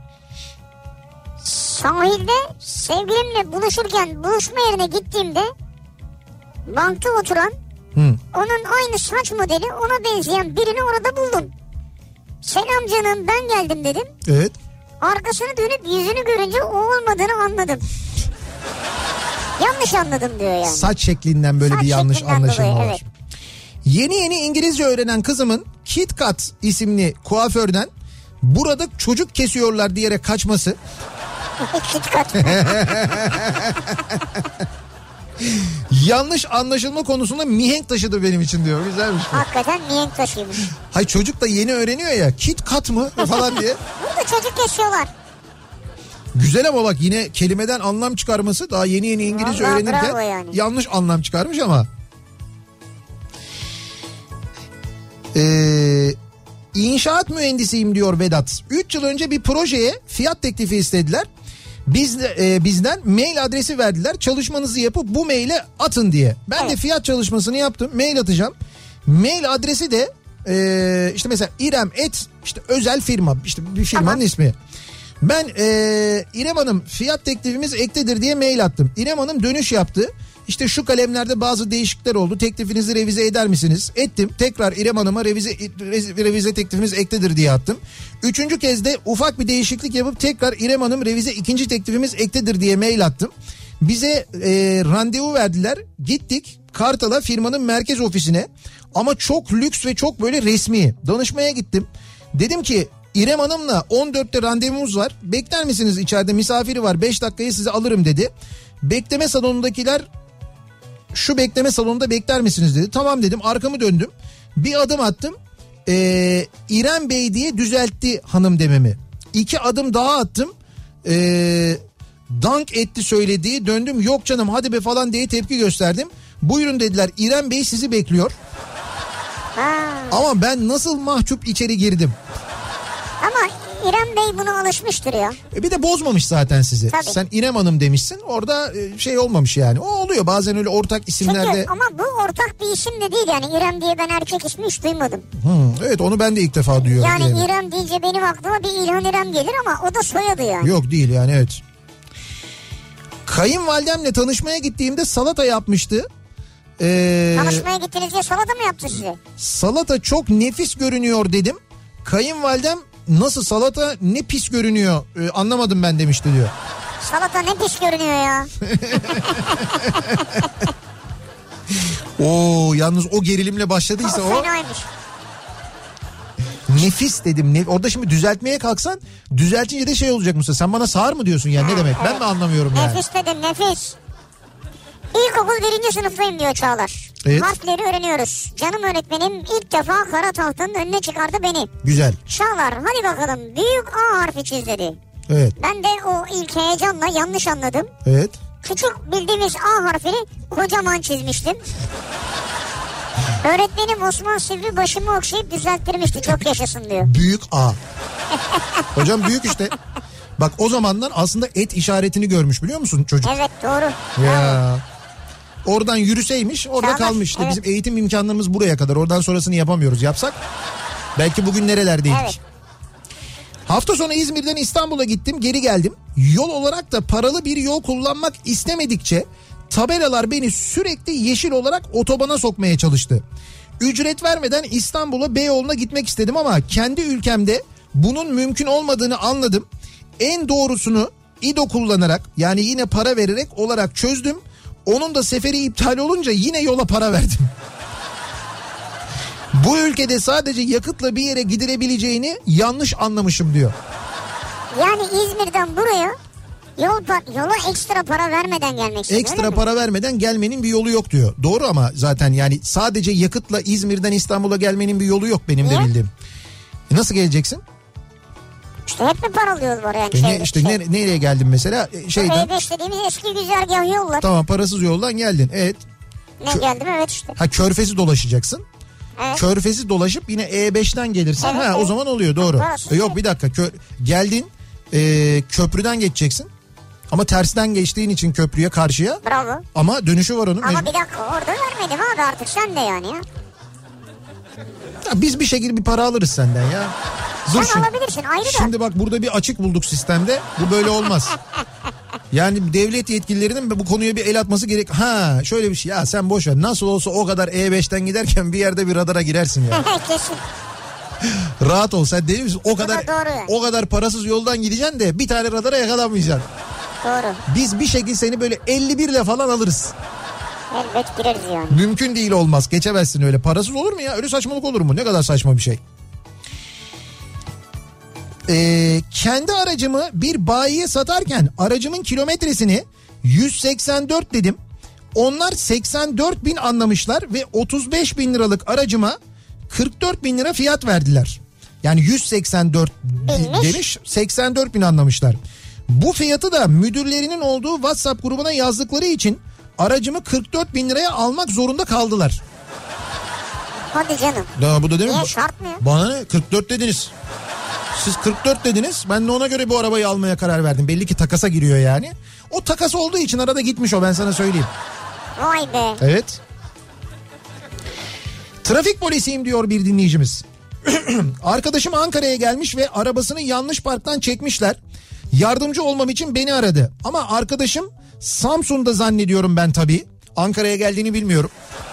Sahilde sevgilimle buluşma yerine gittiğimde bankta oturan onun aynı saç modeli, ona benzeyen birini orada buldum. Selam canım, ben geldim dedim. Evet. Arkasını dönüp yüzünü görünce o olmadığını anladım. Yanlış anladım diyor yani. Saç şeklinden böyle bir yanlış anlaşılma var. Evet. Yeni İngilizce öğrenen kızımın KitKat isimli kuaförden burada çocuk kesiyorlar diyerek kaçması. KitKat. Yanlış anlaşılma konusunda mihenk taşıdı benim için diyor. Güzelmiş bu. Hakikaten mihenk taşıymış. Hay çocuk da yeni öğreniyor ya, KitKat mı falan diye. Burada çocuk kesiyorlar. Güzel ama bak, yine kelimeden anlam çıkarması, daha yeni İngilizce vallahi öğrenirken yani. Yanlış anlam çıkarmış ama. İnşaat mühendisiyim diyor Vedat. 3 yıl önce bir projeye fiyat teklifi istediler. Bizden mail adresi verdiler. Çalışmanızı yapıp bu maile atın diye. Ben de fiyat çalışmasını yaptım. Mail atacağım. Mail adresi de işte mesela İrem işte özel firma, işte bir firmanın ismi. Ben İrem Hanım fiyat teklifimiz ektedir diye mail attım. İrem Hanım dönüş yaptı. İşte şu kalemlerde bazı değişiklikler oldu. Teklifinizi revize eder misiniz? Ettim. Tekrar İrem Hanım'a revize teklifimiz ektedir diye attım. 3. kez de ufak bir değişiklik yapıp tekrar İrem Hanım revize 2. teklifimiz ektedir diye mail attım. Bize randevu verdiler. Gittik Kartal'a, firmanın merkez ofisine. Ama çok lüks ve çok böyle resmi. Danışmaya gittim. Dedim ki İrem Hanım'la 14'te randevumuz var. Bekler misiniz, içeride misafiri var, 5 dakikaya sizi alırım dedi. Bekleme salonundakiler şu bekleme salonunda bekler misiniz dedi. Tamam dedim, arkamı döndüm. Bir adım attım. İrem Bey diye düzeltti hanım dememi. 2 adım daha attım. dank etti söylediği, döndüm yok canım hadi be falan diye tepki gösterdim. Buyurun dediler, İrem Bey sizi bekliyor. Ama ben nasıl mahcup içeri girdim. Ama İrem Bey buna alışmıştır ya. Bir de bozmamış zaten sizi. Tabii. Sen İrem Hanım demişsin, orada şey olmamış yani. O oluyor bazen öyle ortak isimlerde. Çünkü ama bu ortak bir isim de değil yani. İrem diye ben erkek ismi hiç duymadım. Evet, onu ben de ilk defa duyuyorum. Yani diyelim. İrem deyince benim aklıma bir İlhan İrem gelir ama o da soyadı yani. Yok değil yani, evet. Kayınvalidemle tanışmaya gittiğimde salata yapmıştı. Tanışmaya gittiniz diye salata mı yaptı size? Salata çok nefis görünüyor dedim. Kayınvalidem nasıl salata ne pis görünüyor anlamadım ben demişti diyor. Salata ne pis görünüyor ya. Oo, yalnız o gerilimle başladıysa o. Fenaymış. Nefis dedim. Orada şimdi düzeltmeye kalksan, düzeltince de şey olacak Musa. Sen bana sağır mı diyorsun yani, ne demek? Evet. Ben mi anlamıyorum yani? Nefis dedim, nefis. İlkokul 1. sınıftayım diyor Çağlar. Evet. Harfleri öğreniyoruz. Canım öğretmenim ilk defa kara tahtanın önüne çıkardı beni. Güzel. Çağlar hadi bakalım büyük A harfi çiz dedi. Evet. Ben de o ilk heyecanla yanlış anladım. Evet. Küçük bildiğimiz A harfini kocaman çizmiştim. Öğretmenim Osman Sivri başımı okşayıp düzelttirmişti, çok yaşasın diyor. Büyük A. Hocam büyük işte. Bak o zamandan aslında et işaretini görmüş biliyor musun çocuk? Evet doğru. Ya. Oradan yürüseymiş orada kalmış. İşte evet. Bizim eğitim imkanlarımız buraya kadar. Oradan sonrasını yapamıyoruz. Yapsak belki bugün nerelerdeydik. Evet. Hafta sonu İzmir'den İstanbul'a gittim, geri geldim. Yol olarak da paralı bir yol kullanmak istemedikçe tabelalar beni sürekli yeşil olarak otobana sokmaya çalıştı. Ücret vermeden İstanbul'a Beyoğlu'na gitmek istedim ama kendi ülkemde bunun mümkün olmadığını anladım. En doğrusunu İDO kullanarak, yani yine para vererek olarak çözdüm. Onun da seferi iptal olunca yine yola para verdim. Bu ülkede sadece yakıtla bir yere gidilebileceğini yanlış anlamışım diyor. Yani İzmir'den buraya yola ekstra para vermeden gelmek istiyor. Ekstra para vermeden gelmenin bir yolu yok diyor. Doğru ama zaten yani sadece yakıtla İzmir'den İstanbul'a gelmenin bir yolu yok benim de bildiğim. Nasıl geleceksin? İşte hep mi paralı yol var yani? İşte nereye geldin mesela? Şeyden. E5 dediğimiz eski güzergah yollar. Tamam, parasız yoldan geldin. Evet. Geldim evet işte. Körfez'i dolaşacaksın. Evet. Körfez'i dolaşıp yine E5'ten gelirsin. Evet, evet. O zaman oluyor doğru. Yok bir dakika. Geldin köprüden geçeceksin. Ama tersten geçtiğin için köprüye karşıya. Bravo. Ama dönüşü var onun. Ama bir dakika orada vermedim abi artık sen de yani ya. Ya biz bir şekilde bir para alırız senden ya. Sen alabilirsin ayrı da. Şimdi bak burada bir açık bulduk sistemde. Bu böyle olmaz. Yani devlet yetkililerinin bu konuya bir el atması gerek. Şöyle bir şey ya, sen boş ver. Nasıl olsa o kadar E5'ten giderken bir yerde bir radara girersin ya. Kesin. Rahat ol sen, değil misin? O kadar parasız yoldan gideceksin de bir tane radara yakalanmayacaksın. Doğru. Biz bir şekilde seni böyle 51 ile falan alırız. Elbet gireriz yani. Mümkün değil, olmaz. Geçemezsin öyle. Parasız olur mu ya? Öyle saçmalık olur mu? Ne kadar saçma bir şey. Kendi aracımı bir bayiye satarken aracımın kilometresini 184 dedim. Onlar 84 bin anlamışlar ve 35 bin liralık aracıma 44 bin lira fiyat verdiler. Yani 184 demiş, 84 bin anlamışlar. Bu fiyatı da müdürlerinin olduğu WhatsApp grubuna yazdıkları için aracımı 44 bin liraya almak zorunda kaldılar. Hadi canım. Ya bu da değil mi? Niye, şart mı ya? Bana ne? 44 dediniz. Siz 44 dediniz. Ben de ona göre bu arabayı almaya karar verdim. Belli ki takasa giriyor yani. O takas olduğu için arada gitmiş o, ben sana söyleyeyim. Vay be. Evet. Trafik polisiyim diyor bir dinleyicimiz. Arkadaşım Ankara'ya gelmiş ve arabasını yanlış parktan çekmişler. Yardımcı olmam için beni aradı. Ama arkadaşım Samsun'da zannediyorum ben tabii. Ankara'ya geldiğini bilmiyorum.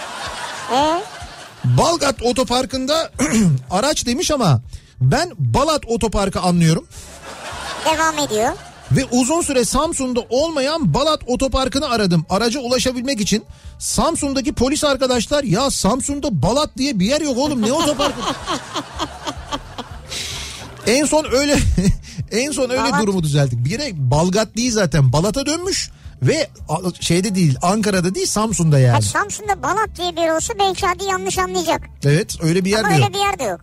Balgat Otoparkı'nda araç demiş ama ben Balat Otoparkı anlıyorum. Devam ediyor. Ve uzun süre Samsun'da olmayan Balat Otoparkı'nı aradım. Araca ulaşabilmek için. Samsun'daki polis arkadaşlar, ya Samsun'da Balat diye bir yer yok oğlum, ne otoparkı? En son öyle Balat. Durumu düzelttik. Bir kere Balgat değil zaten, Balat'a dönmüş ve şeyde değil, Ankara'da değil, Samsun'da yani. Samsun'da Balat diye bir yer olsa belki hadi yanlış anlayacak. Evet, öyle bir yer ama de yok. Ama öyle bir yer de yok.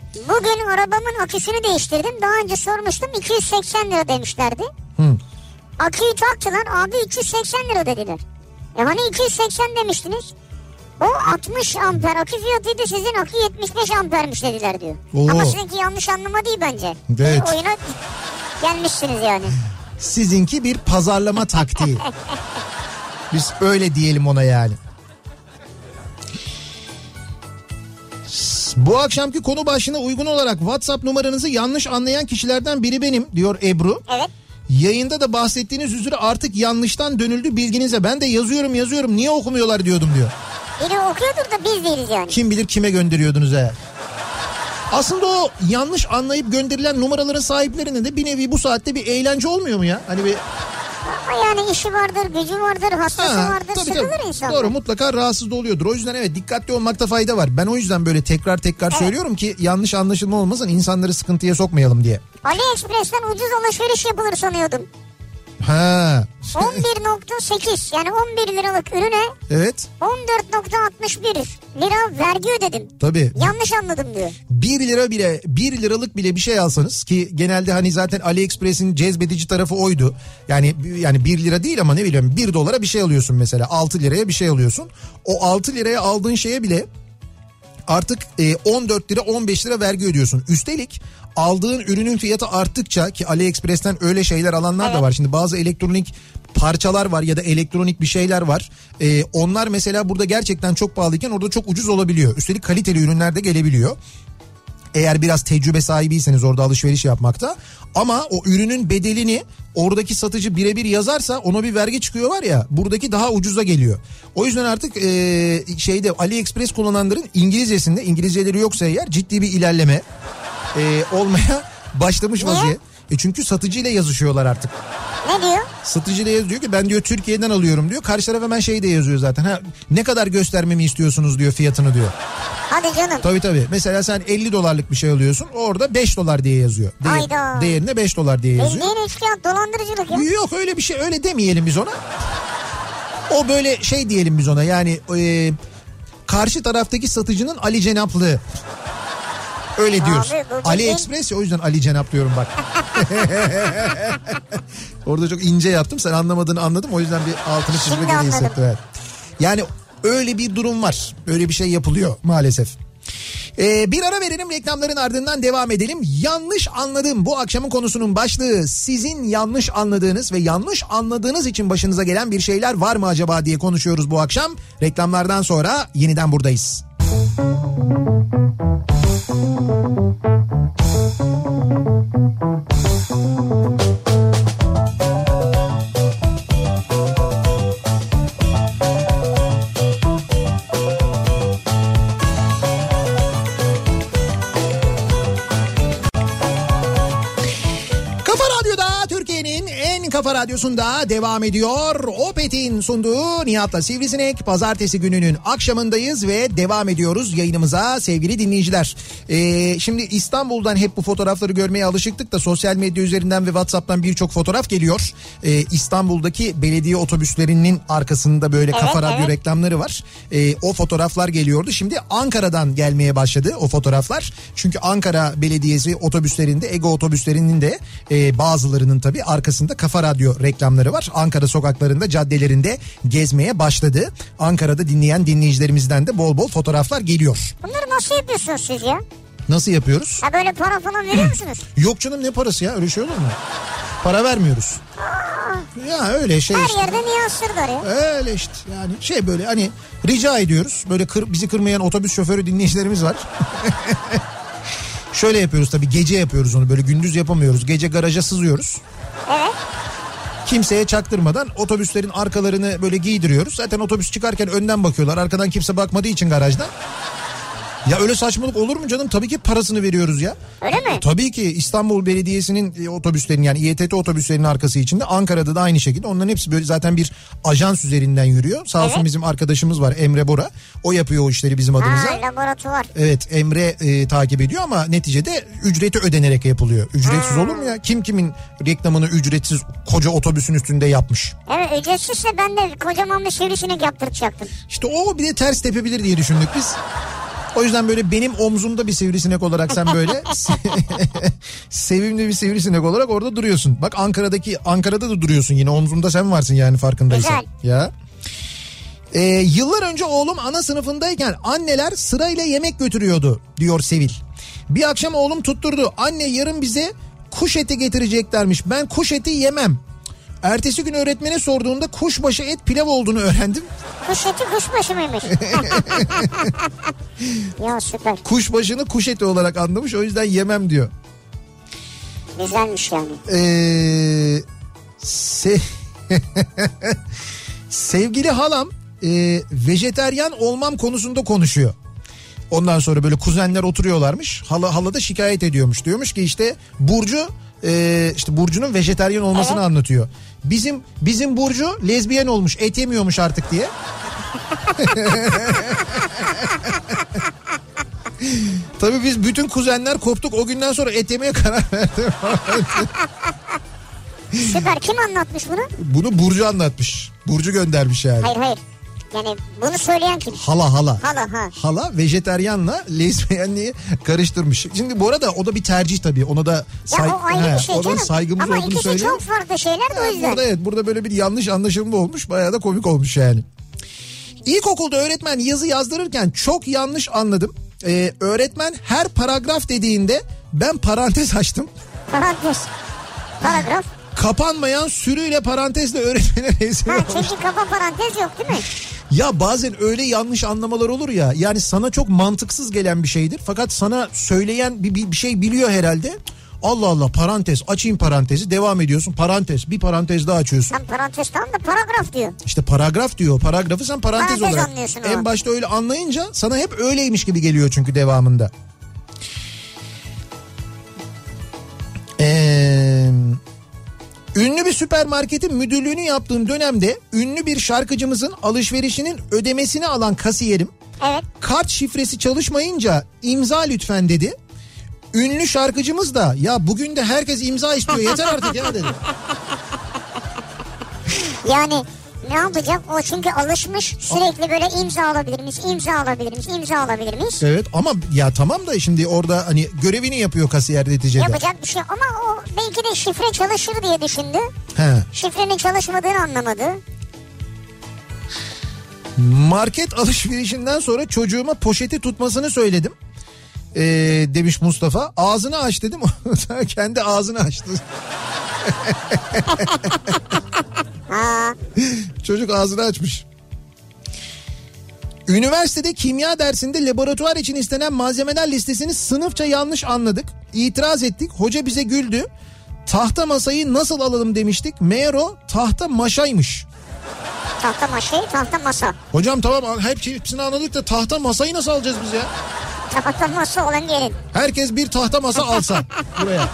Bugün arabamın aküsünü değiştirdim. Daha önce sormuştum, 280 lira demişlerdi. Aküyü taktılar abi 380 lira dediler. Hani 280 demiştiniz. O 60 amper akü fiyatıydı, sizin akü 75 ampermiş dediler diyor. Oo. Ama sizinki yanlış anlama değil bence. Evet. Oyuna gelmişsiniz yani. Sizinki bir pazarlama taktiği. Biz öyle diyelim ona yani. Bu akşamki konu başlığına uygun olarak WhatsApp numaranızı yanlış anlayan kişilerden biri benim diyor Ebru. Evet. Yayında da bahsettiğiniz üzere artık yanlıştan dönüldü bilginize. Ben de yazıyorum niye okumuyorlar diyordum diyor. Biri okuyordur da biz değiliz yani. Kim bilir kime gönderiyordunuz eğer. Aslında o yanlış anlayıp gönderilen numaraların sahiplerine de bir nevi bu saatte bir eğlence olmuyor mu ya? Hani bir... Ama yani işi vardır, gücü vardır, hastası vardır, sıkılır insan. Doğru, mutlaka rahatsız da oluyordur. O yüzden evet, dikkatli olmakta fayda var. Ben o yüzden böyle tekrar söylüyorum ki yanlış anlaşılma olmasın, insanları sıkıntıya sokmayalım diye. AliExpress'ten ucuz alışveriş yapılır sanıyordum. Ha. 11.8 yani 11 liralık ürüne evet 14.61 lira vergi ödedim. Tabii. Yanlış anladım diyor. 1 liralık bile bir şey alsanız, ki genelde hani zaten AliExpress'in cezbedici tarafı oydu. Yani 1 lira değil ama ne bileyim 1 dolara bir şey alıyorsun mesela, 6 liraya bir şey alıyorsun. O 6 liraya aldığın şeye bile artık 14 lira 15 lira vergi ödüyorsun. Üstelik aldığın ürünün fiyatı arttıkça, ki AliExpress'ten öyle şeyler alanlar da var. Şimdi bazı elektronik parçalar var ya da elektronik bir şeyler var. Onlar mesela burada gerçekten çok pahalıyken orada çok ucuz olabiliyor. Üstelik kaliteli ürünler de gelebiliyor. Eğer biraz tecrübe sahibiyseniz orada alışveriş yapmakta. Ama o ürünün bedelini oradaki satıcı birebir yazarsa ona bir vergi çıkıyor var ya, buradaki daha ucuza geliyor. O yüzden artık AliExpress kullananların İngilizceleri yoksa eğer ciddi bir ilerleme olmaya başlamış vaziyet. Çünkü satıcıyla yazışıyorlar artık. Ne diyor? Satıcıyla yazıyor ki ben diyor Türkiye'den alıyorum diyor. Karşı taraf hemen de yazıyor zaten. Ne kadar göstermemi istiyorsunuz diyor fiyatını diyor. Hadi canım. Tabii. Mesela sen $50 bir şey alıyorsun. Orada $5 diye yazıyor. Değerine $5 diye yazıyor. Bildiğin üçkağıt dolandırıcılık ya. Yok öyle bir şey, öyle demeyelim biz ona. O böyle diyelim biz ona yani karşı taraftaki satıcının Ali Cenaplığı. Öyle diyoruz. AliExpress ya, o yüzden Ali Cenap diyorum bak. Orada çok ince yaptım, sen anlamadığını anladım, o yüzden bir altını çizmek iyi hissettim. Evet. Yani öyle bir durum var. Öyle bir şey yapılıyor maalesef. Bir ara verelim, reklamların ardından devam edelim. Yanlış anladım bu akşamın konusunun başlığı. Sizin yanlış anladığınız ve yanlış anladığınız için başınıza gelen bir şeyler var mı acaba diye konuşuyoruz bu akşam. Reklamlardan sonra yeniden buradayız. Kafa Radyosu'nda devam ediyor. Opet'in sunduğu Nihat'la Sivrisinek. Pazartesi gününün akşamındayız ve devam ediyoruz yayınımıza sevgili dinleyiciler. Şimdi İstanbul'dan hep bu fotoğrafları görmeye alışıktık da sosyal medya üzerinden ve WhatsApp'tan birçok fotoğraf geliyor. İstanbul'daki belediye otobüslerinin arkasında böyle Kafa Radyo reklamları var. O fotoğraflar geliyordu. Şimdi Ankara'dan gelmeye başladı o fotoğraflar. Çünkü Ankara Belediyesi otobüslerinde, Ego otobüslerinin de bazılarının tabii arkasında Kafa Radyo reklamları var. Ankara sokaklarında, caddelerinde gezmeye başladı. Ankara'da dinleyen dinleyicilerimizden de bol bol fotoğraflar geliyor. Bunları nasıl yapıyorsunuz siz ya? Nasıl yapıyoruz? Ha böyle para falan veriyor musunuz? Yok canım, ne parası ya, öyle şey olur mu? Para vermiyoruz. Ya öyle şey her işte. Her yerde niye asırlar ya? Öyle işte yani böyle hani rica ediyoruz. Böyle bizi kırmayan otobüs şoförü dinleyicilerimiz var. Şöyle yapıyoruz tabii, gece yapıyoruz onu, böyle gündüz yapamıyoruz. Gece garaja sızıyoruz. Evet. Kimseye çaktırmadan otobüslerin arkalarını böyle giydiriyoruz. Zaten otobüs çıkarken önden bakıyorlar. Arkadan kimse bakmadığı için garajda. Ya öyle saçmalık olur mu canım? Tabii ki parasını veriyoruz ya. Öyle mi? Tabii ki İstanbul Belediyesi'nin otobüslerinin, yani İETT otobüslerinin arkası içinde, Ankara'da da aynı şekilde. Onların hepsi böyle zaten bir ajans üzerinden yürüyor. Sağ olsun bizim arkadaşımız var, Emre Bora. O yapıyor o işleri bizim adımıza. Laboratuvar. Evet, Emre takip ediyor ama neticede ücreti ödenerek yapılıyor. Ücretsiz olur mu ya? Kim kimin reklamını ücretsiz koca otobüsün üstünde yapmış? Evet, ücretsizse ben de kocaman bir sivrisinek yaptıracaktım. İşte o bir de ters tepebilir diye düşündük biz. O yüzden böyle benim omzumda bir sivrisinek olarak sen böyle sevimli bir sivrisinek olarak orada duruyorsun. Bak Ankara'da da duruyorsun yine, omzumda sen varsın yani, farkındaysan. Güzel. Ya. Yıllar önce oğlum ana sınıfındayken anneler sırayla yemek götürüyordu diyor Sevil. Bir akşam oğlum tutturdu. Anne yarın bize kuş eti getireceklermiş. Ben kuş eti yemem. Ertesi gün öğretmene sorduğunda kuşbaşı et pilav olduğunu öğrendim. Kuş eti kuşbaşı mıymış? Ya süper. Kuşbaşını kuş eti olarak anlamış, o yüzden yemem diyor. Güzelmiş yani. Sevgili halam vejeteryan olmam konusunda konuşuyor. Ondan sonra böyle kuzenler oturuyorlarmış. Hala da şikayet ediyormuş. Diyormuş ki işte Burcu işte Burcu'nun vejeteryan olmasını anlatıyor. Bizim Burcu lezbiyen olmuş, et yemiyormuş artık diye. Tabii biz bütün kuzenler koptuk, o günden sonra et yemeye karar verdik. Süper, kim anlatmış bunu? Bunu Burcu anlatmış. Burcu göndermiş yani. Hayır. Yani bunu söyleyen kim? Hala. Hala vejeteryanla lezbiyenliği karıştırmış. Şimdi bu arada o da bir tercih tabii. Ona da o ayrı bir şey canım. saygımız ama olduğunu söylüyor. Ama ikisi çok farklı şeyler de o yüzden. Burada böyle bir yanlış anlaşılma olmuş. Bayağı da komik olmuş yani. İlkokulda öğretmen yazı yazdırırken çok yanlış anladım. Öğretmen her paragraf dediğinde ben parantez açtım. Paragraf. Kapanmayan sürüyle parantezle öğretmene rezil olmuş. Çünkü kapa parantez yok değil mi? Ya bazen öyle yanlış anlamalar olur ya. Yani sana çok mantıksız gelen bir şeydir. Fakat sana söyleyen bir şey biliyor herhalde. Allah Allah, parantez, açayım parantezi, devam ediyorsun, parantez, bir parantez daha açıyorsun. Sen parantez tamam da paragraf diyor. İşte paragraf diyor, paragrafı sen parantez olarak. En o. başta öyle anlayınca sana hep öyleymiş gibi geliyor çünkü devamında. Ünlü bir süpermarketin müdürlüğünü yaptığım dönemde ünlü bir şarkıcımızın alışverişinin ödemesini alan kasiyerim, evet, kart şifresi çalışmayınca imza lütfen dedi. Ünlü şarkıcımız da ya bugün de herkes imza istiyor, yeter artık ya dedi. Yani ne yapacak? O çünkü alışmış, sürekli böyle imza alabilir miyiz? Evet ama ya tamam da şimdi orada hani görevini yapıyor kasiyer neticede. Yapacak bir şey ama o belki de şifre çalışır diye düşündü. He. Şifrenin çalışmadığını anlamadı. Market alışverişinden sonra çocuğuma poşeti tutmasını söyledim. Demiş Mustafa. Ağzını aç dedim. Kendi ağzını açtı. Çocuk ağzını açmış. Üniversitede kimya dersinde laboratuvar için istenen malzemeler listesini sınıfça yanlış anladık. İtiraz ettik. Hoca bize güldü. Tahta masayı nasıl alalım demiştik. Meğer o tahta maşaymış. Tahta maşayı, tahta masa. Hocam tamam hepsini anladık da tahta masayı nasıl alacağız biz ya? Tahta masa olan gelin. Herkes bir tahta masa alsa buraya.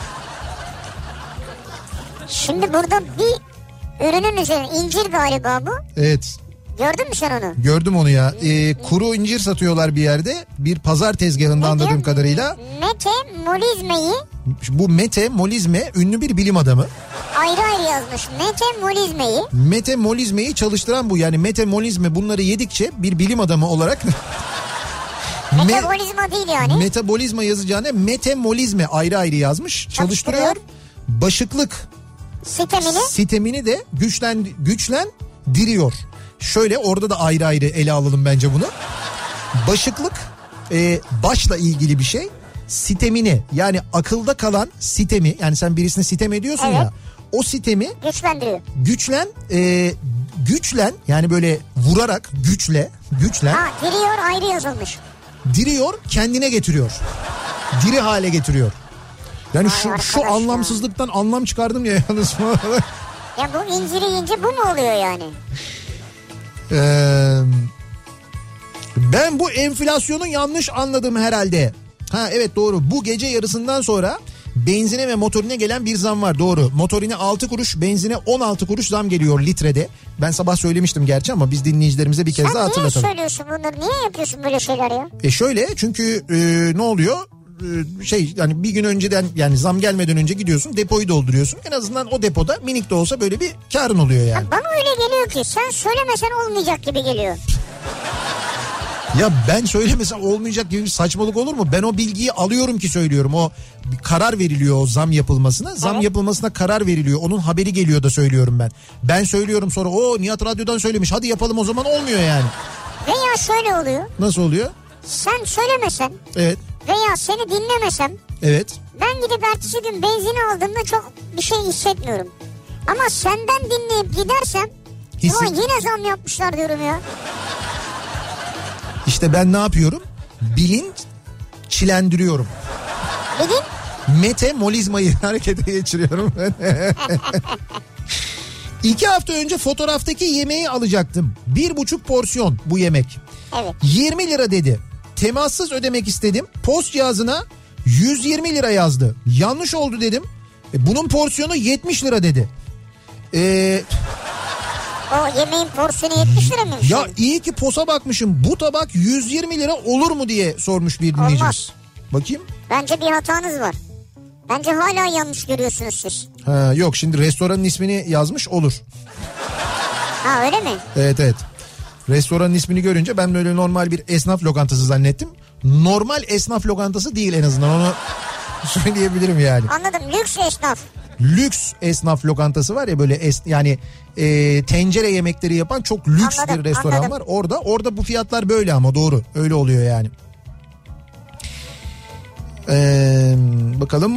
Şimdi burada bir ürünün üzerine incir galiba bu. Evet. Gördün mü sen onu? Gördüm onu ya. Kuru incir satıyorlar bir yerde. Bir pazar tezgahında anladığım kadarıyla. Metemolizmeyi. Bu metemolizme ünlü bir bilim adamı. Ayrı ayrı yazmış. Metemolizmeyi. Metemolizmeyi çalıştıran bu. Yani metemolizme bunları yedikçe bir bilim adamı olarak... Metabolizma değil yani. Metabolizma yazacağına metemolizme ayrı ayrı yazmış. Çalıştırıyor. Bağışıklık sistemini de güçlendiriyor. Şöyle orada da ayrı ayrı ele alalım bence bunu. Bağışıklık başla ilgili bir şey. Sistemini yani akılda kalan sistemi, yani sen birisine sitem ediyorsun ya, o sistemi güçlendiriyor. Güçlen yani böyle vurarak güçlen. Diriyor ayrı yazılmış. Diriyor, kendine getiriyor. Diri hale getiriyor. Yani şu anlamsızlıktan anlam çıkardım ya yalnız. Ya bu inciri yiyince bu mu oluyor yani? Ben bu enflasyonu yanlış anladım herhalde. Evet doğru, bu gece yarısından sonra benzine ve motorine gelen bir zam var, doğru. Motorine 6 kuruş, benzine 16 kuruş zam geliyor litrede. Ben sabah söylemiştim gerçi ama biz dinleyicilerimize bir kez daha hatırlatalım. Sen niye söylüyorsun bunları? Niye yapıyorsun böyle şeyler ya? Şöyle çünkü ne oluyor? Yani bir gün önceden, yani zam gelmeden önce gidiyorsun, depoyu dolduruyorsun. En azından o depoda minik de olsa böyle bir karın oluyor yani. Bana öyle geliyor ki sen söylemesen olmayacak gibi geliyor. Ya ben söylemesem olmayacak gibi bir saçmalık olur mu? Ben o bilgiyi alıyorum ki söylüyorum. O bir karar veriliyor o zam yapılmasına. Zam yapılmasına karar veriliyor. Onun haberi geliyor da söylüyorum ben. Ben söylüyorum sonra o Nihat radyodan söylemiş. Hadi yapalım o zaman olmuyor yani. Veya şöyle oluyor. Nasıl oluyor? Sen söylemesen. Evet. Veya seni dinlemesem. Evet. Ben gidip ertesi gün benzini aldığımda çok bir şey hissetmiyorum. Ama senden dinleyip gidersem yine zam yapmışlar diyorum ya. İşte ben ne yapıyorum? Bilinçlendiriyorum. Metamolizmayı harekete geçiriyorum. 2 hafta önce fotoğraftaki yemeği alacaktım. 1,5 porsiyon bu yemek. Evet. 20 lira dedi. Temassız ödemek istedim. Post cihazına 120 lira yazdı. Yanlış oldu dedim. Bunun porsiyonu 70 lira dedi. O yemeğin porsiyonu 70 lira mıymış? Ya iyi ki POS'a bakmışım. Bu tabak 120 lira olur mu diye sormuş bir dinleyicimiz. Olmaz. Bakayım. Bence bir hatanız var. Bence hala yanlış görüyorsunuz siz. Ha, yok şimdi restoranın ismini yazmış olur. Ha öyle mi? Evet. Restoranın ismini görünce ben böyle normal bir esnaf lokantası zannettim. Normal esnaf lokantası değil en azından onu söyleyebilirim yani. Anladım, lüks esnaf. Lüks esnaf lokantası var ya böyle yani tencere yemekleri yapan çok lüks bir restoran var. Orada bu fiyatlar böyle ama doğru öyle oluyor yani. Bakalım.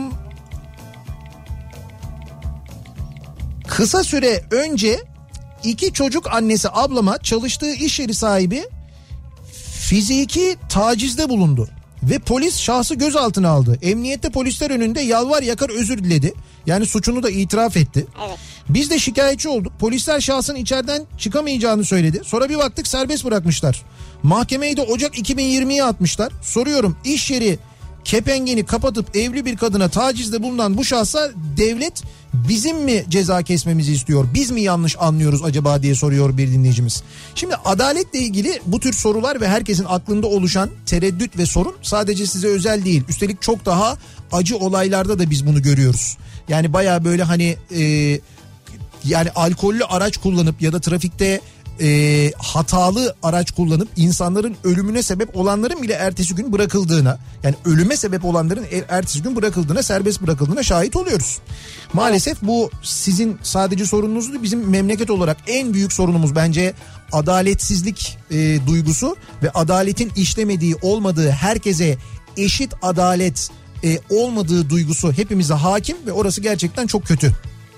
Kısa süre önce 2 çocuk annesi ablama çalıştığı iş yeri sahibi fiziki tacizde bulundu. Ve polis şahsı gözaltına aldı. Emniyette polisler önünde yalvar yakar özür diledi. Yani suçunu da itiraf etti. Evet. Biz de şikayetçi olduk. Polisler şahsın içeriden çıkamayacağını söyledi. Sonra bir baktık serbest bırakmışlar. Mahkemeyi de Ocak 2020'ye atmışlar. Soruyorum, iş yeri kepengini kapatıp evli bir kadına tacizde bulunan bu şahsa devlet bizim mi ceza kesmemizi istiyor? Biz mi yanlış anlıyoruz acaba diye soruyor bir dinleyicimiz. Şimdi adaletle ilgili bu tür sorular ve herkesin aklında oluşan tereddüt ve sorun sadece size özel değil. Üstelik çok daha acı olaylarda da biz bunu görüyoruz. Yani baya böyle hani yani alkollü araç kullanıp ya da trafikte hatalı araç kullanıp insanların ölümüne sebep olanların bile ertesi gün bırakıldığına, yani ölüme sebep olanların ertesi gün bırakıldığına, serbest bırakıldığına şahit oluyoruz. Maalesef bu sizin sadece sorununuz değil, bizim memleket olarak en büyük sorunumuz bence adaletsizlik duygusu ve adaletin işlemediği, olmadığı, herkese eşit adalet olmadığı duygusu hepimize hakim ve orası gerçekten çok kötü.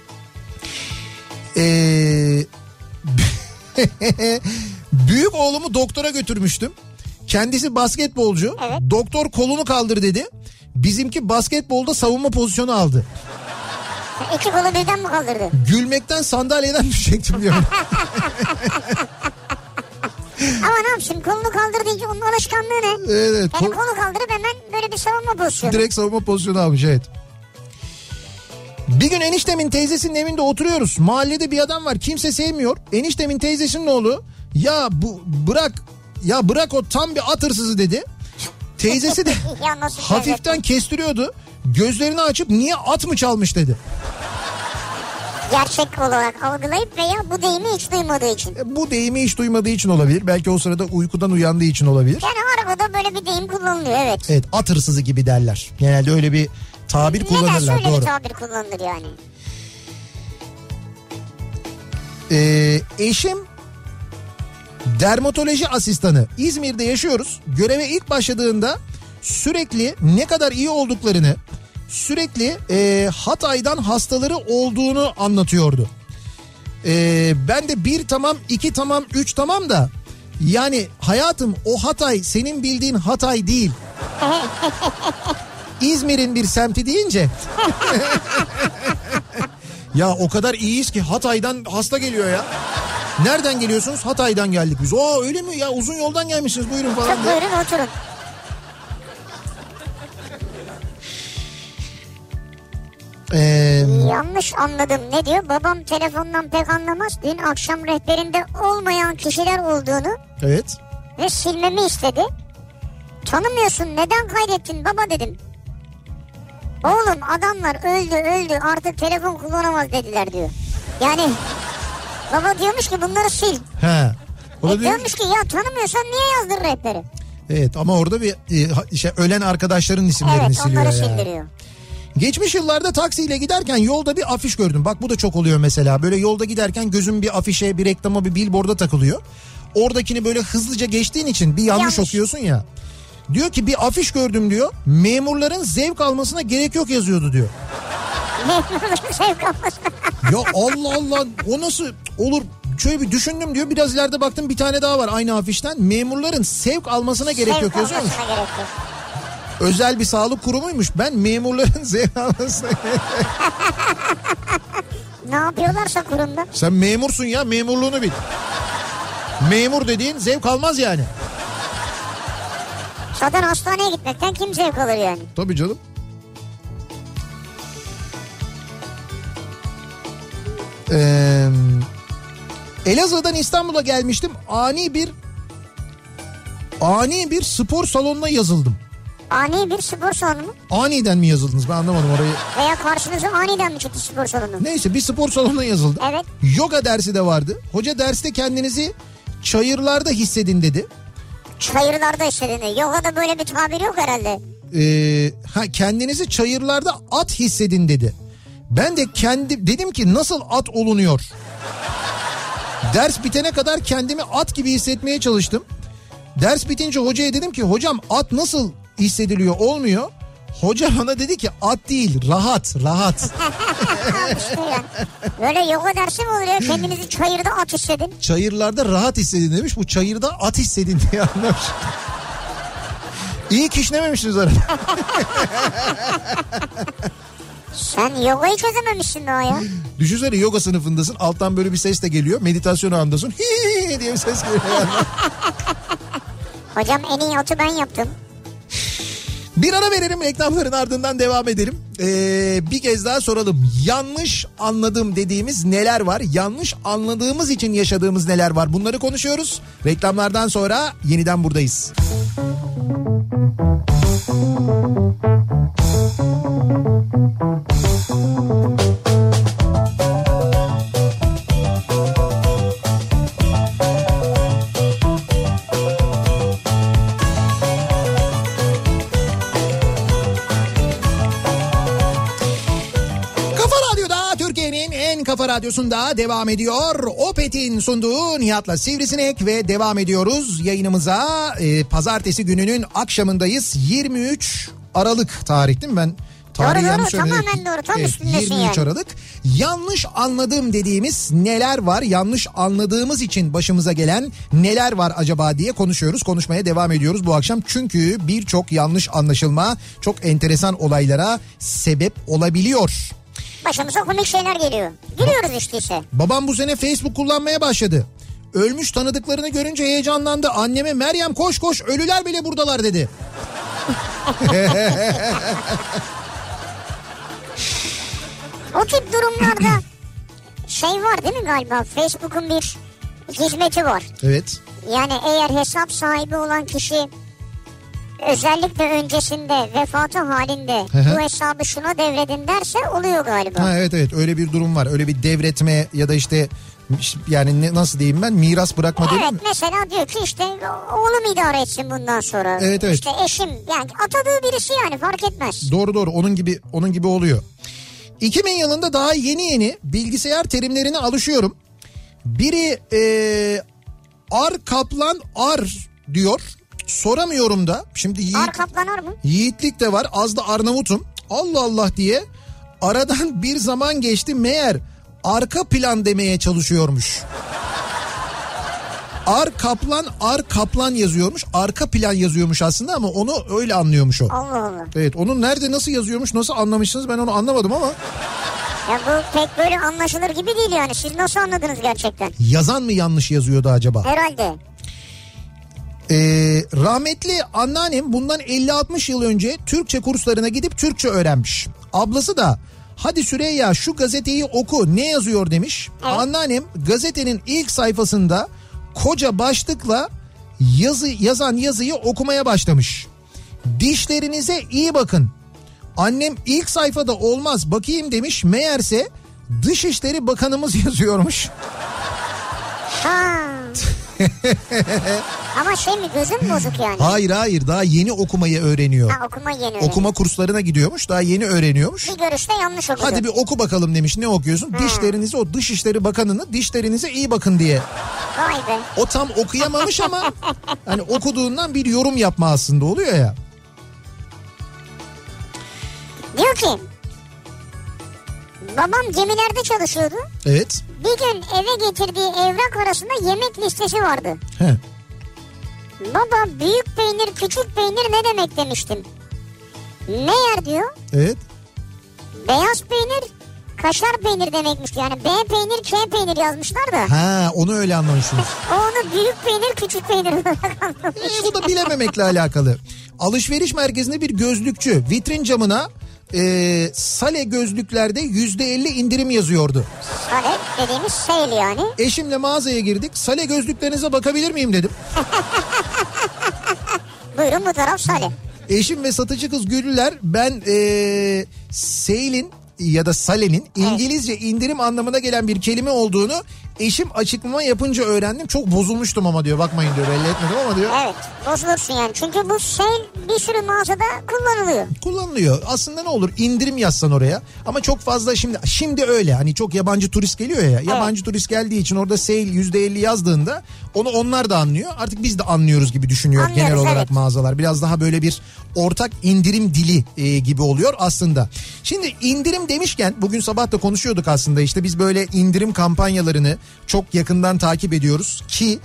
Büyük oğlumu doktora götürmüştüm. Kendisi basketbolcu. Evet. Doktor kolunu kaldır dedi. Bizimki basketbolda savunma pozisyonu aldı. 2 kolu birden mi kaldırdı? Gülmekten sandalyeden düşecektim diyorum. Ama ne yapsın, kolunu kaldır deyince onun alışkanlığı ne? Evet. Yani kolu kaldırıp hemen böyle bir savunma pozisyonu. Direkt savunma pozisyonu almış, evet. Bir gün eniştemin teyzesinin evinde oturuyoruz. Mahallede bir adam var, kimse sevmiyor. Eniştemin teyzesinin oğlu bırak o tam bir at hırsızı dedi. Teyzesi de hafiften kestiriyordu. Gözlerini açıp niye at mı çalmış dedi. Gerçek olarak algılayıp veya bu deyimi hiç duymadığı için. Bu deyimi hiç duymadığı için olabilir. Belki o sırada uykudan uyandığı için olabilir. Yani arabada böyle bir deyim kullanılıyor, evet. Evet, at hırsızı gibi derler. Genelde öyle bir tabir kullanırlar. Neden şöyle doğru. bir tabir kullanılır yani? Eşim dermatoloji asistanı. İzmir'de yaşıyoruz. Göreve ilk başladığında sürekli ne kadar iyi olduklarını, sürekli Hatay'dan hastaları olduğunu anlatıyordu. Ben de 1 tamam, 2 tamam, 3 tamam da yani hayatım o Hatay senin bildiğin Hatay değil. İzmir'in bir semti deyince ya o kadar iyiyiz ki Hatay'dan hasta geliyor ya. Nereden geliyorsunuz? Hatay'dan geldik biz. Oo öyle mi ya, uzun yoldan gelmişsiniz, buyurun falan. Çok buyurun, oturun. Yanlış anladım, ne diyor? Babam telefondan pek anlamaz. Dün akşam rehberinde olmayan kişiler olduğunu ve silmemi istedi. Tanımıyorsun, neden kaydettin baba dedim. Oğlum adamlar öldü artık telefon kullanamaz dediler diyor. Yani baba diyormuş ki bunları sil. He. Diyormuş ki ya tanımıyorsan niye yazdın rehberi? Evet ama orada bir ölen arkadaşların isimlerini siliyor. Evet, onları sildiriyor. Geçmiş yıllarda taksiyle giderken yolda bir afiş gördüm. Bak bu da çok oluyor mesela. Böyle yolda giderken gözüm bir afişe, bir reklama, bir billboard'a takılıyor. Oradakini böyle hızlıca geçtiğin için bir yanlış okuyorsun ya. Diyor ki bir afiş gördüm diyor. Memurların zevk almasına gerek yok yazıyordu diyor. Memurların zevk almasına. Ya Allah Allah, o nasıl olur? Şöyle bir düşündüm diyor. Biraz ileride baktım bir tane daha var aynı afişten. Memurların sevk almasına gerek yok yazıyormuş. Özel bir sağlık kurumuymuş. Ben memurların zevk almasına Ne yapıyorlarsa kurumda. Sen memursun ya, memurluğunu bil. Memur dediğin zevk almaz yani. Zaten hastaneye gitmekten kim zevk alır yani? Tabii canım. Elazığ'dan İstanbul'a gelmiştim. Ani bir spor salonuna yazıldım. Ani bir spor salonu mu? Aniden mi yazıldınız? Ben anlamadım orayı. Veya karşınıza aniden mi çıktı spor salonu? Neyse bir spor salonuna yazıldım. Evet. Yoga dersi de vardı. Hoca derste kendinizi çayırlarda hissedin dedi. Çayırlarda hissedin. Yoga'da böyle bir tabir yok herhalde. Kendinizi çayırlarda at hissedin dedi. Ben de dedim ki nasıl at olunuyor? Ders bitene kadar kendimi at gibi hissetmeye çalıştım. Ders bitince hocaya dedim ki hocam at nasıl hissediliyor, olmuyor? Hoca bana dedi ki at değil, rahat. İşte yani. Böyle yoga dersi mi oluyor? Kendinizi çayırda at hissedin. Çayırlarda rahat hissedin demiş. Bu çayırda at hissedin diye anlamış. İyi kişnememişsiniz arada. Sen yogayı çözememişsin daha ya. Düşünsene yoga sınıfındasın. Alttan böyle bir ses de geliyor. Meditasyon anındasın. Hii diye bir ses geliyor. Hocam en iyi atı ben yaptım. Bir ara verelim, reklamların ardından devam edelim. Bir kez daha soralım. Yanlış anladım dediğimiz neler var? Yanlış anladığımız için yaşadığımız neler var? Bunları konuşuyoruz. Reklamlardan sonra yeniden buradayız. Kafa Radyosu'nda devam ediyor. Opet'in sunduğu Nihat'la Sivrisinek ve devam ediyoruz yayınımıza. Pazartesi gününün akşamındayız. 23 Aralık tarih değil mi? Ben tarihi yanlış söyledim. Tamamen doğru. Tam üstündesin 23 yani. Aralık. Yanlış anladığım dediğimiz neler var? Yanlış anladığımız için başımıza gelen neler var acaba diye konuşuyoruz. Konuşmaya devam ediyoruz bu akşam. Çünkü birçok yanlış anlaşılma çok enteresan olaylara sebep olabiliyor. Başımıza komik şeyler geliyor. Gülüyoruz işte ise. Babam bu sene Facebook kullanmaya başladı. Ölmüş tanıdıklarını görünce heyecanlandı. Anneme Meryem koş koş ölüler bile buradalar dedi. O tip durumlarda şey var değil mi galiba? Facebook'un bir hizmeti var. Evet. Yani eğer hesap sahibi olan kişi özellikle öncesinde vefatı halinde bu hesabı şuna devredin derse oluyor galiba. Evet öyle bir durum var. Öyle bir devretme ya da işte yani nasıl diyeyim ben, miras bırakma değil mi? Evet, mesela diyor ki işte oğlum idare etsin bundan sonra. Evet. İşte eşim, yani atadığı birisi, yani fark etmez. Doğru onun gibi oluyor. 2000 yılında daha yeni bilgisayar terimlerine alışıyorum. Biri ar kaplan ar diyor. Soramıyorum da. Şimdi ar kaplan ar mı? Yiğitlik de var. Az da Arnavutum. Allah Allah diye aradan bir zaman geçti. Meğer arka plan demeye çalışıyormuş. Ar kaplan yazıyormuş. Arka plan yazıyormuş aslında ama onu öyle anlıyormuş o. Allah Allah. Evet, onun nerede nasıl yazıyormuş, nasıl anlamışsınız ben onu anlamadım ama. Ya bu pek böyle anlaşılır gibi değil yani. Siz nasıl anladınız gerçekten? Yazan mı yanlış yazıyordu acaba? Herhalde. Rahmetli anneannem bundan 50-60 yıl önce Türkçe kurslarına gidip Türkçe öğrenmiş. Ablası da hadi Süreyya şu gazeteyi oku ne yazıyor demiş. Evet. Anneannem gazetenin ilk sayfasında koca başlıkla yazan yazıyı okumaya başlamış. Dişlerinize iyi bakın. Annem ilk sayfada olmaz bakayım demiş. Meğerse Dışişleri Bakanımız yazıyormuş. Ama şey mi, gözün mü bozuk yani? Hayır daha yeni okumayı öğreniyor. Ha, okumayı yeni öğreniyor. Okuma kurslarına gidiyormuş, daha yeni öğreniyormuş. Bir görüşte yanlış okudu. Hadi bir oku bakalım demiş, ne okuyorsun? Dişlerinize, o Dışişleri Bakanı'nı dişlerinize iyi bakın diye. Vay be. O tam okuyamamış ama hani okuduğundan bir yorum yapma aslında oluyor ya. Diyor ki babam gemilerde çalışıyordu. Evet. Bir gün eve getirdiği evrak arasında yemek listesi vardı. He. Baba büyük peynir küçük peynir ne demek demiştim. Meğer diyor. Evet. Beyaz peynir kaşar peynir demekmiş. Yani B peynir K peynir yazmışlar da. Ha, onu öyle anlamışsınız. O onu büyük peynir küçük peynir olarak anlamış. Bu da bilememekle alakalı. Alışveriş merkezinde bir gözlükçü vitrin camına Sale gözlüklerde %50 indirim yazıyordu. Sale dediğimiz sale yani. Eşimle mağazaya girdik. Sale gözlüklerinize bakabilir miyim dedim. Buyurun, bu taraf Sale. Eşim ve satıcı kız güldüler. Ben sale'in ya da Sale'nin İngilizce indirim anlamına gelen bir kelime olduğunu eşim açıklama yapınca öğrendim. Çok bozulmuştum ama diyor, bakmayın diyor, belli etmedim ama diyor. Evet, bozulursun yani çünkü bu sale bir sürü mağazada kullanılıyor. Kullanılıyor. Aslında ne olur, indirim yazsan oraya, ama çok fazla şimdi öyle hani çok yabancı turist geliyor ya, yabancı turist geldiği için orada sale %50 yazdığında onu onlar da anlıyor. Artık biz de anlıyoruz gibi düşünüyor genel olarak mağazalar. Biraz daha böyle bir ortak indirim dili gibi oluyor aslında. Şimdi indirim demişken bugün sabah da konuşuyorduk aslında, işte biz böyle indirim kampanyalarını çok yakından takip ediyoruz ki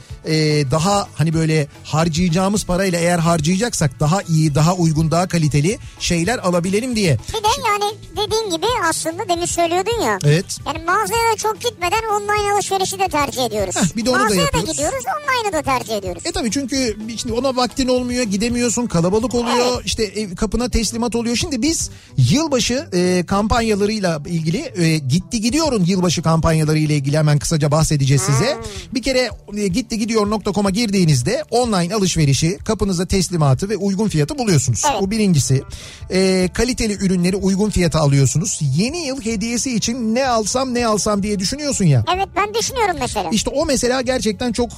daha hani böyle harcayacağımız parayla, eğer harcayacaksak daha iyi, daha uygun, daha kaliteli şeyler alabilelim diye. Bir de yani dediğin gibi aslında demin söylüyordun ya. Evet. Yani mağazaya çok gitmeden online alışverişi de tercih ediyoruz. Bir de onu mağazaya da yapıyoruz. da gidiyoruz, online'ı da tercih ediyoruz. Tabii çünkü şimdi ona vaktin olmuyor, gidemiyorsun, kalabalık oluyor, işte kapına teslimat oluyor. Şimdi biz yılbaşı kampanyalarıyla ilgili Gitti Gidiyor'un yılbaşı kampanyaları ile ilgili hemen kısaca bahsedeceğiz size. Bir kere gittigidiyor.com'a girdiğinizde online alışverişi, kapınıza teslimatı ve uygun fiyatı buluyorsunuz. Evet. Bu birincisi. Kaliteli ürünleri uygun fiyata alıyorsunuz. Yeni yıl hediyesi için ne alsam diye düşünüyorsun ya. Evet, ben düşünüyorum mesela. İşte o mesela gerçekten çok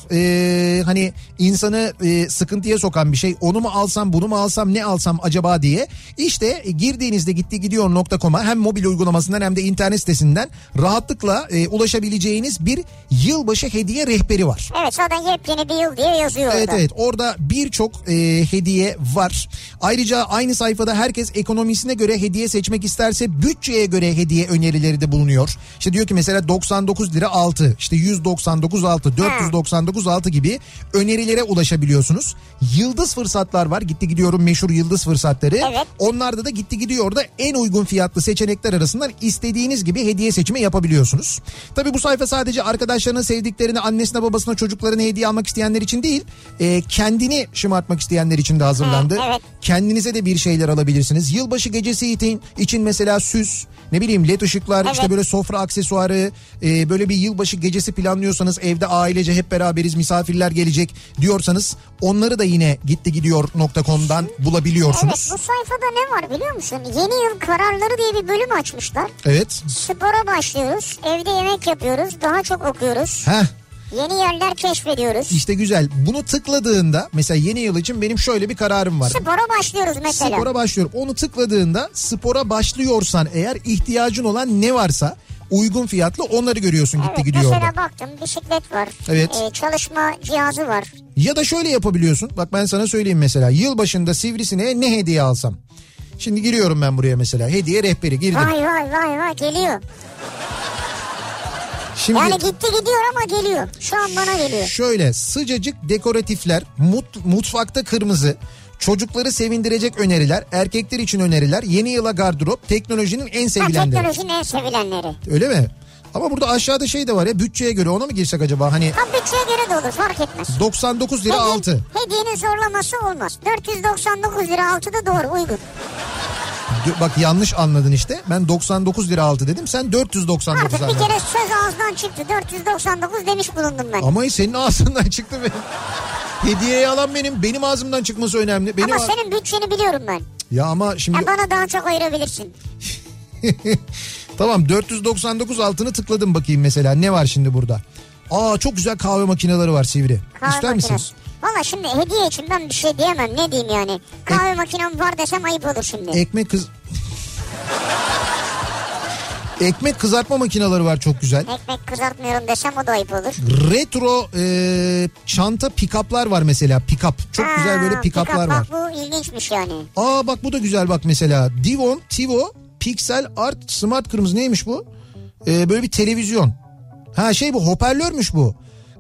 hani insanı sıkıntıya sokan bir şey. Onu mu alsam, bunu mu alsam, ne alsam acaba diye. İşte girdiğinizde gittigidiyor.com'a hem mobil uygulamasından hem de internet sitesinden rahatlıkla ulaşabileceğiniz bir yılbaşı hediye rehberi var. Evet, zaten yepyeni bir yıl diye yazıyor orada. Evet, orada birçok hediye var. Ayrıca aynı sayfada herkes ekonomisine göre hediye seçmek isterse bütçeye göre hediye önerileri de bulunuyor. İşte diyor ki mesela 99 lira altı, işte 199 altı, 499 altı gibi önerilere ulaşabiliyorsunuz. Yıldız fırsatlar var. Gitti Gidiyor'un meşhur yıldız fırsatları. Evet. Onlarda da Gitti Gidiyor'da en uygun fiyatlı seçenekler arasından istediğiniz gibi hediye seçimi yapabiliyorsunuz. Tabii bu sayfa sadece arkadaşlarına, sevdiklerine, annesine, babasına, çocuklarına hediye almak isteyenler için değil, kendini şımartmak isteyenler için de hazırlandı. Evet. Kendinize de bir şeyler alabilirsiniz. Yılbaşı gecesi için mesela süs, ne bileyim led ışıklar, işte böyle sofra aksesuarı, böyle bir yılbaşı gecesi planlıyorsanız, evde ailece hep beraberiz, misafirler gelecek diyorsanız onları da yine gittigidiyor.com'dan bulabiliyorsunuz. Evet, bu sayfada ne var biliyor musun? Yeni yıl kararları diye bir bölüm açmışlar. Evet. Spora başlıyoruz, evde yemek yapıyoruz, daha çok okuyoruz. Yeni yerler keşfediyoruz. İşte güzel. Bunu tıkladığında mesela yeni yıl için benim şöyle bir kararım var. Spora başlıyoruz mesela. Spora başlıyorum. Onu tıkladığında spora başlıyorsan eğer ihtiyacın olan ne varsa uygun fiyatlı onları görüyorsun. Gitti Gidiyor. Mesela baktım, bisiklet var. Evet. Çalışma cihazı var. Ya da şöyle yapabiliyorsun. Bak ben sana söyleyeyim mesela. Yılbaşında Sivrisine'ye ne hediye alsam? Şimdi giriyorum ben buraya mesela. Hediye rehberi girdim. Vay geliyor. Şimdi, yani gitti gidiyor ama geliyor. Şu an bana geliyor. Şöyle sıcacık dekoratifler, mutfakta kırmızı, çocukları sevindirecek öneriler, erkekler için öneriler, yeni yıla gardırop, teknolojinin en sevilenleri. Teknolojinin en sevilenleri. Öyle mi? Ama burada aşağıda şey de var ya, bütçeye göre, ona mı girsek acaba? Hani bütçeye göre de olur, fark etmez. 99 lira altı. Hediyenin zorlaması olmaz. 499 lira altı da doğru, uygun. Bak yanlış anladın işte. Ben 99 lira altı dedim. Sen 499 artık anladın. Bir kere söz ağızdan çıktı. 499 demiş bulundum ben. Ama senin ağzından çıktı benim. Hediyeyi alan benim. Benim ağzımdan çıkması önemli. Ama senin bütçeni biliyorum ben. Ya ama şimdi... bana daha çok ayırabilirsin. Tamam, 499 altını tıkladım bakayım mesela. Ne var şimdi burada? Aa çok güzel kahve makineleri var Sivri. Kahve İster makinesi. misin? Valla şimdi hediye için ben bir şey diyemem. Ne diyeyim yani? Kahve makinem var desem ayıp olur şimdi. Ekmek kızartma makineleri var çok güzel. Ekmek kızartmıyorum desem o da ayıp olur. Retro çanta pick-up'lar var mesela. Pick-up. Çok güzel böyle pick-up'lar var. Bak bu ilginçmiş yani. Aa bak bu da güzel bak mesela. Tivo Pixel Art Smart kırmızı neymiş bu? Böyle bir televizyon. Ha bu hoparlörmüş bu.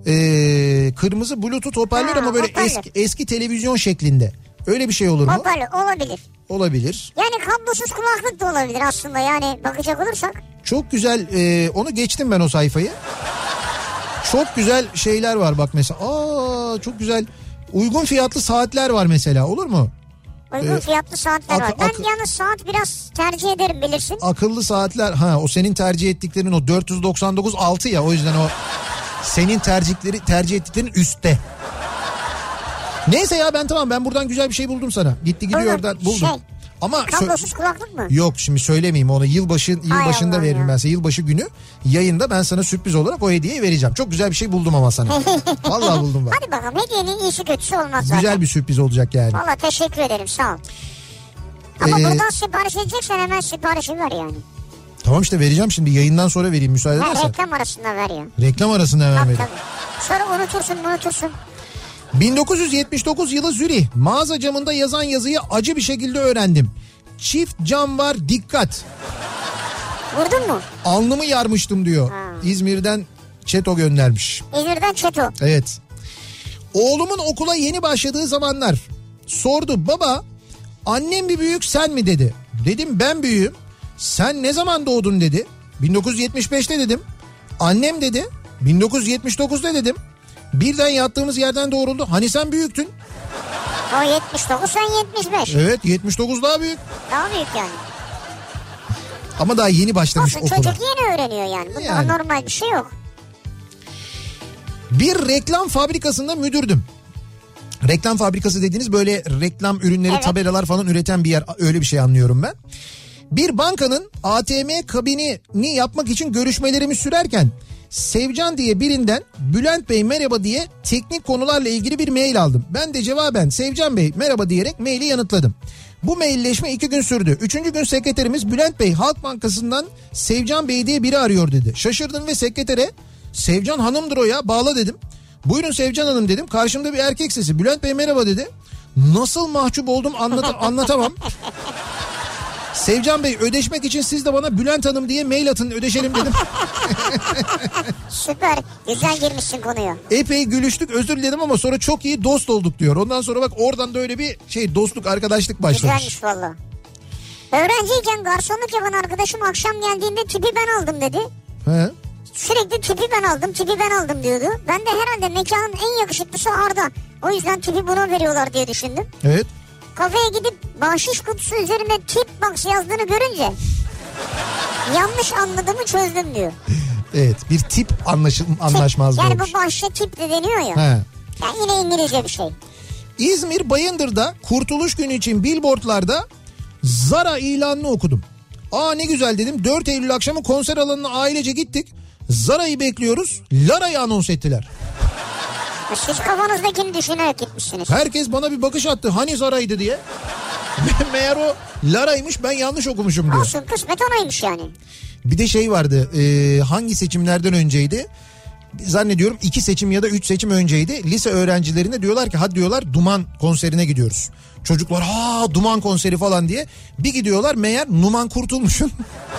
Kırmızı Bluetooth hoparlör ama böyle eski televizyon şeklinde. Öyle bir şey olur mu? Hoparlör olabilir. Olabilir. Yani kablosuz kulaklık da olabilir aslında yani bakacak olursak. Çok güzel onu geçtim ben o sayfayı. Çok güzel şeyler var bak mesela. Aa çok güzel uygun fiyatlı saatler var mesela olur mu? Uygun fiyatlı saatler var. Ben yalnız saat biraz tercih ederim bilirsin. Akıllı saatler o senin tercih ettiklerin o 499.6 ya o yüzden o senin tercih ettiklerin üstte. Neyse ya ben buradan güzel bir şey buldum sana. Gidiyor oradan buldum. Ama kablosuz kulaklık mı? Yok şimdi söylemeyeyim onu yılbaşında veririm ben sana. Yılbaşı günü yayında ben sana sürpriz olarak o hediyeyi vereceğim. Çok güzel bir şey buldum ama sana. Vallahi buldum bak. Hadi bakalım hediyenin iyisi kötüsü olmaz zaten. Güzel bir sürpriz olacak yani. Vallahi teşekkür ederim sağ ol. Ama buradan sipariş edeceksen hemen siparişi ver yani. Tamam işte vereceğim şimdi yayından sonra vereyim müsaade edersen. Reklam arasında ver ya. Reklam arasında hemen vereyim. Sonra unutursun. 1979 yılı Zürih. Mağaza camında yazan yazıyı acı bir şekilde öğrendim. Çift cam var dikkat. Vurdun mu? Alnımı yarmıştım diyor. İzmir'den Çeto göndermiş. İzmir'den Çeto. Evet. Oğlumun okula yeni başladığı zamanlar sordu baba annem mi büyük sen mi dedi. Dedim ben büyüğüm. Sen ne zaman doğdun dedi. 1975'te dedim. Annem dedi. 1979'da dedim. Birden yattığımız yerden doğruldu. Hani sen büyüktün? O 79 sen 75. Evet 79 daha büyük. Daha büyük yani. Ama daha yeni başlamış okula. Çocuk yeni öğreniyor yani. Bunda normal bir şey yok. Bir reklam fabrikasında müdürdüm. Reklam fabrikası dediğiniz böyle reklam ürünleri tabelalar falan üreten bir yer öyle bir şey anlıyorum ben. Bir bankanın ATM kabinini yapmak için görüşmelerimi sürerken Sevcan diye birinden Bülent Bey merhaba diye teknik konularla ilgili bir mail aldım. Ben de cevaben Sevcan Bey merhaba diyerek maili yanıtladım. Bu mailleşme 2 gün sürdü. 3. gün sekreterimiz Bülent Bey Halk Bankası'ndan Sevcan Bey diye biri arıyor dedi. Şaşırdım ve sekretere Sevcan Hanım'dır o ya bağla dedim. Buyurun Sevcan Hanım dedim. Karşımda bir erkek sesi Bülent Bey merhaba dedi. Nasıl mahcup oldum anlatamam. Sevcan Bey ödeşmek için siz de bana Bülent Hanım diye mail atın ödeşelim dedim. Süper güzel girmişsin konuya. Epey gülüştük özür diledim ama sonra çok iyi dost olduk diyor. Ondan sonra bak oradan da öyle bir dostluk arkadaşlık başlamış. Güzelmiş valla. Öğrenciyken garsonluk yapan arkadaşım akşam geldiğinde tipi ben aldım dedi. He. Sürekli tipi ben aldım diyordu. Ben de herhalde mekanın en yakışıklısı Arda. O yüzden tipi buna veriyorlar diye düşündüm. Evet. Kafeye gidip bahşiş kutusu üzerine tip box yazdığını görünce yanlış anladığımı çözdüm diyor. Evet bir tip anlaşmazlığı yani olmuş. Bu bahşişe tip de deniyor ya. He. Yani yine İngilizce bir şey. İzmir Bayındır'da Kurtuluş Günü için billboardlarda Zara ilanını okudum. Aa ne güzel dedim 4 Eylül akşamı konser alanına ailece gittik. Zara'yı bekliyoruz. Lara'yı anons ettiler. Siz kafanızdakini düşünerek gitmişsiniz. Herkes bana bir bakış attı. Hani Zara'ydı diye. Meğer o Lara'ymış ben yanlış okumuşum diyor. Olsun kısmet onaymış yani. Bir de şey vardı hangi seçimlerden önceydi? Zannediyorum 2 seçim ya da 3 seçim önceydi. Lise öğrencilerine diyorlar ki hadi diyorlar Duman konserine gidiyoruz. Çocuklar Duman konseri falan diye. Bir gidiyorlar meğer Numan Kurtulmuş'un.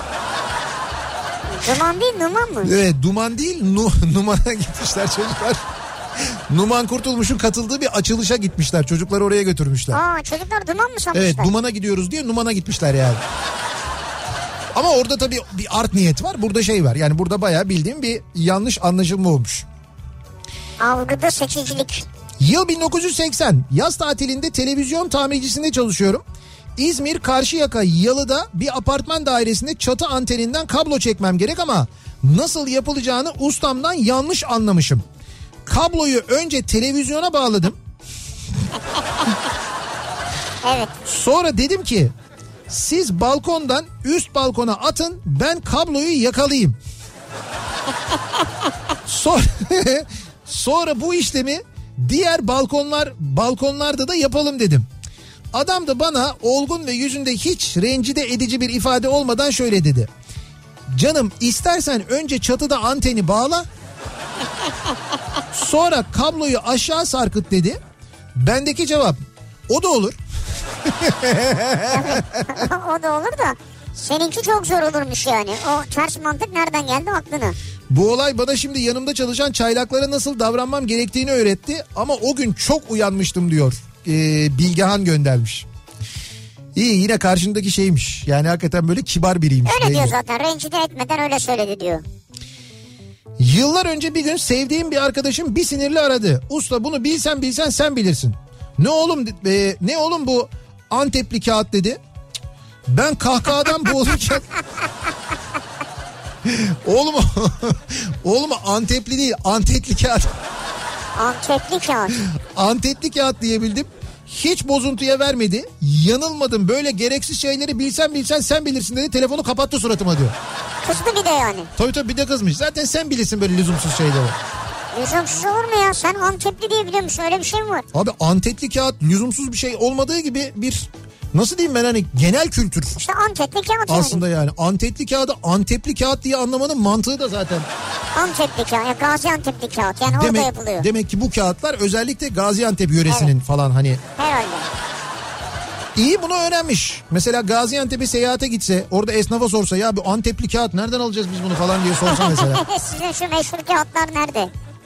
Duman değil Numan mı? Evet Duman değil Numan'a gitmişler çocuklar. Numan Kurtulmuş'un katıldığı bir açılışa gitmişler. Çocukları oraya götürmüşler. Çocuklar Duman mı sanmışlar? Evet Duman'a gidiyoruz diye Numan'a gitmişler yani. Ama orada tabii bir art niyet var. Burada şey var. Yani burada bayağı bildiğim bir yanlış anlaşılma olmuş. Algıda seçicilik. Yıl 1980. Yaz tatilinde televizyon tamircisinde çalışıyorum. İzmir Karşıyaka Yalı'da bir apartman dairesinde çatı anteninden kablo çekmem gerek ama nasıl yapılacağını ustamdan yanlış anlamışım. Kabloyu önce televizyona bağladım. Evet. Sonra dedim ki siz balkondan üst balkona atın ben kabloyu yakalayayım. Sonra bu işlemi diğer balkonlarda da yapalım dedim. Adam da bana olgun ve yüzünde hiç rencide edici bir ifade olmadan şöyle dedi. Canım istersen önce çatıda anteni bağla. Sonra kabloyu aşağı sarkıt dedi. Bendeki cevap o da olur. O da olur da seninki çok zor olurmuş yani. O ters mantık nereden geldi aklına? Bu olay bana şimdi yanımda çalışan çaylaklara nasıl davranmam gerektiğini öğretti. Ama o gün çok uyanmıştım diyor. Bilgehan göndermiş. İyi, yine karşındaki şeymiş. Yani hakikaten böyle kibar biriymiş. Öyle diyor zaten, rencide etmeden öyle söyledi diyor. Yıllar önce bir gün sevdiğim bir arkadaşım bir sinirli aradı. Usta bunu bilsen sen bilirsin. Ne oğlum bu Antepli kağıt dedi. Ben kahkahadan boğulurken oğlum Antepli değil, Antetli kağıt. Antetli kağıt. Antetli kağıt diyebildim. Hiç bozuntuya vermedi. Yanılmadım, böyle gereksiz şeyleri bilsen sen bilirsin dedi. Telefonu kapattı suratıma diyor. Kızdı bir de yani. Tabii bir de kızmış. Zaten sen bilirsin böyle lüzumsuz şeyleri. Lüzumsuz olur mu ya? Sen Antepli diye biliyor musun? Öyle bir şey mi var? Abi Antetli kağıt lüzumsuz bir şey olmadığı gibi bir, nasıl diyeyim ben, hani genel kültür. İşte Antetli kağıt aslında yani. Antepli kağıdı Antepli kağıt diye anlamanın mantığı da zaten. Antepli kağıt, Gaziantep'li kağıt yani orada yapılıyor. Demek ki bu kağıtlar özellikle Gaziantep yöresinin falan hani. Herhalde. İyi, bunu öğrenmiş. Mesela Gaziantep'e seyahate gitse, orada esnafa sorsa ya bu Antepli kağıt nereden alacağız biz bunu falan diye sorsa mesela. Sizin şu meşhur kağıtlar nerede?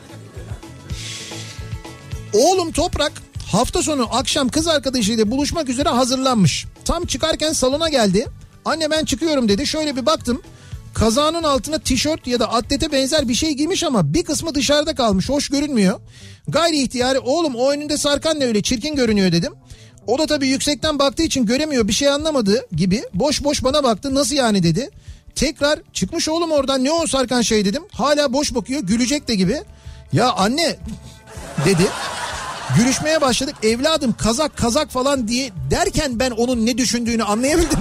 Oğlum Toprak hafta sonu akşam kız arkadaşıyla buluşmak üzere hazırlanmış. Tam çıkarken salona geldi. Anne ben çıkıyorum dedi. Şöyle bir baktım. Kazağının altına tişört ya da atlete benzer bir şey giymiş ama bir kısmı dışarıda kalmış. Hoş görünmüyor. Gayri ihtiyari oğlum o önünde sarkan ne öyle, çirkin görünüyor dedim. O da tabii yüksekten baktığı için göremiyor, bir şey anlamadı gibi boş bana baktı. Nasıl yani dedi. Tekrar çıkmış oğlum oradan, ne o sarkan şey dedim. Hala boş bakıyor, gülecek de gibi. Ya anne dedi. Gülüşmeye başladık. Evladım kazak falan diye derken ben onun ne düşündüğünü anlayabildim.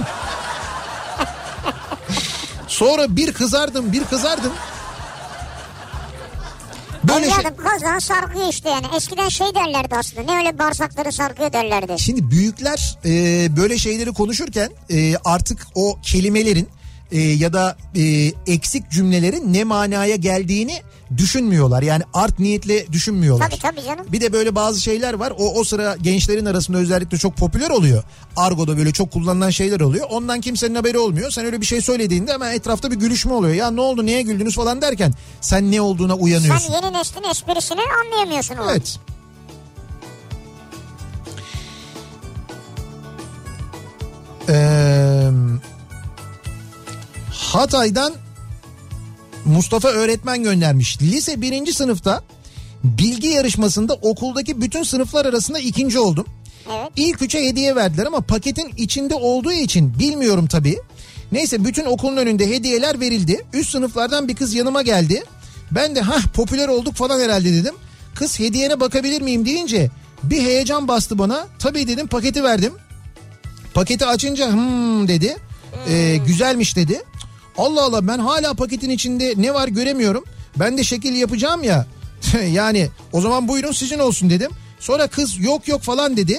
Sonra bir kızardım. Böyle evladım kazağı sarkıyor işte yani. Eskiden şey derlerdi aslında. Ne öyle bağırsakları sarkıyor derlerdi. Şimdi büyükler böyle şeyleri konuşurken artık o kelimelerin ya da eksik cümlelerin ne manaya geldiğini düşünmüyorlar. Yani art niyetle düşünmüyorlar. Tabii canım. Bir de böyle bazı şeyler var. O sıra gençlerin arasında özellikle çok popüler oluyor. Argo'da böyle çok kullanılan şeyler oluyor. Ondan kimsenin haberi olmuyor. Sen öyle bir şey söylediğinde hemen etrafta bir gülüşme oluyor. Ya ne oldu, niye güldünüz falan derken sen ne olduğuna uyanıyorsun. Sen yeni neslin esprisini anlayamıyorsun onu. Evet. Hatay'dan Mustafa öğretmen göndermiş. Lise 1. sınıfta bilgi yarışmasında okuldaki bütün sınıflar arasında 2. oldum. Evet. İlk 3'e hediye verdiler ama paketin içinde olduğu için bilmiyorum tabii. Neyse bütün okulun önünde hediyeler verildi. Üst sınıflardan bir kız yanıma geldi. Ben de popüler olduk falan herhalde dedim. Kız hediyene bakabilir miyim deyince bir heyecan bastı bana. Tabii dedim, paketi verdim. Paketi açınca dedi. Güzelmiş dedi. Allah Allah, ben hala paketin içinde ne var göremiyorum. Ben de şekil yapacağım ya. Yani o zaman buyurun sizin olsun dedim. Sonra kız yok falan dedi.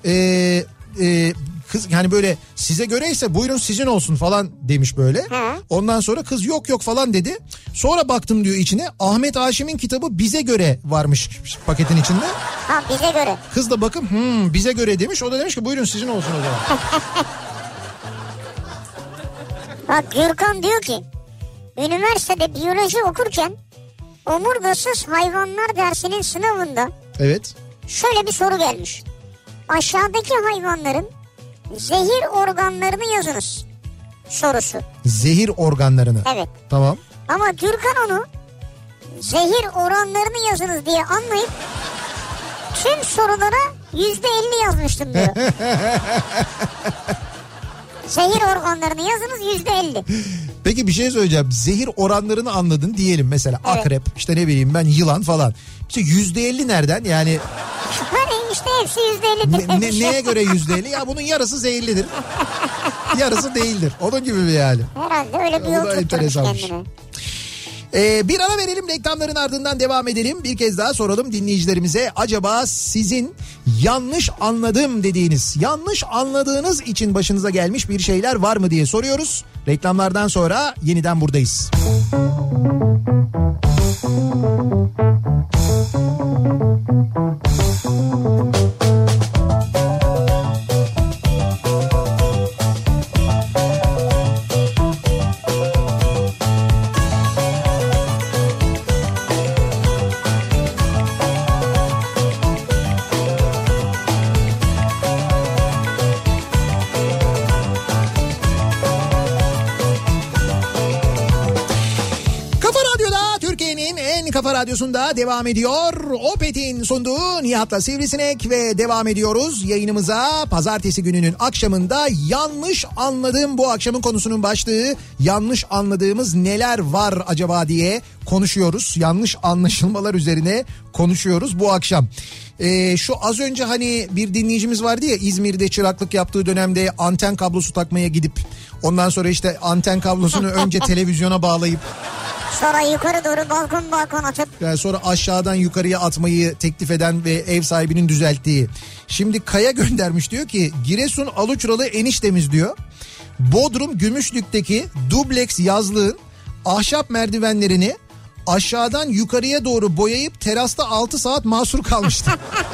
Kız yani böyle size göreyse buyurun sizin olsun falan demiş böyle. Ondan sonra kız yok falan dedi. Sonra baktım diyor içine, Ahmet Haşim'in kitabı Bize Göre varmış paketin içinde. Bize göre. Kız da bakıp bize göre demiş. O da demiş ki buyurun sizin olsun o zaman. Bak Gürkan diyor ki üniversitede biyoloji okurken omurgasız hayvanlar dersinin sınavında evet, şöyle bir soru gelmiş. Aşağıdaki hayvanların zehir organlarını yazınız sorusu. Zehir organlarını. Evet. Tamam. Ama Gürkan onu zehir oranlarını yazınız diye anlayıp tüm sorulara %50 yazmıştım diyor. Zehir organlarını yazınız %50. Peki bir şey söyleyeceğim. Zehir oranlarını anladın diyelim mesela, evet. Akrep, işte ne bileyim ben, yılan falan. İşte %50 nereden yani? Hani işte hepsi %50'dir. Neye göre %50? Ya bunun yarısı zehirlidir. Yarısı değildir. Onun gibi bir yani. Herhalde öyle bir yol tutturmuş kendine. Bir ara verelim, reklamların ardından devam edelim. Bir kez daha soralım dinleyicilerimize. Acaba sizin yanlış anladım dediğiniz, yanlış anladığınız için başınıza gelmiş bir şeyler var mı diye soruyoruz. Reklamlardan sonra yeniden buradayız. Kafa Radyosu'nda devam ediyor. Opet'in sunduğu Nihat'la Sivrisinek ve devam ediyoruz yayınımıza. Pazartesi gününün akşamında yanlış anladığım, bu akşamın konusunun başlığı yanlış anladığımız neler var acaba diye konuşuyoruz. Yanlış anlaşılmalar üzerine konuşuyoruz bu akşam. Şu az önce hani bir dinleyicimiz vardı ya, İzmir'de çıraklık yaptığı dönemde anten kablosu takmaya gidip ondan sonra işte anten kablosunu önce televizyona bağlayıp sonra yukarı doğru balkon atıp. Yani sonra aşağıdan yukarıya atmayı teklif eden ve ev sahibinin düzelttiği. Şimdi Kaya göndermiş, diyor ki Giresun Aluçralı eniştemiz diyor. Bodrum Gümüşlük'teki dubleks yazlığın ahşap merdivenlerini aşağıdan yukarıya doğru boyayıp terasta 6 saat mahsur kalmıştı.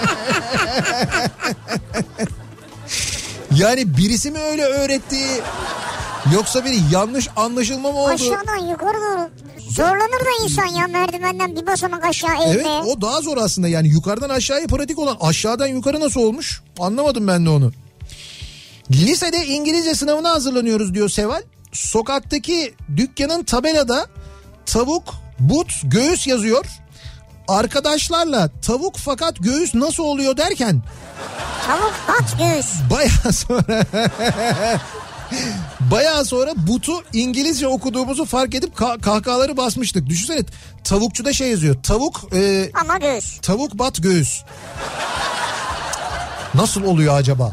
Yani birisi mi öyle öğretti? Yoksa bir yanlış anlaşılma mı oldu? Aşağıdan yukarı doğru. Zorlanır da insan ya, merdivenden bir basamak aşağı eğmeye. Evet, o daha zor aslında yani, yukarıdan aşağıya pratik olan, aşağıdan yukarı nasıl olmuş? Anlamadım ben de onu. Lisede İngilizce sınavına hazırlanıyoruz diyor Seval. Sokaktaki dükkanın tabelada tavuk, but, göğüs yazıyor. Arkadaşlarla tavuk fakat göğüs nasıl oluyor derken. Tavuk, bat, göğüs. Bayağı sonra butu İngilizce okuduğumuzu fark edip kahkahaları basmıştık. Düşünsene, tavukçuda şey yazıyor. Tavuk ama göğüs. Tavuk, bat, göğüs. Nasıl oluyor acaba?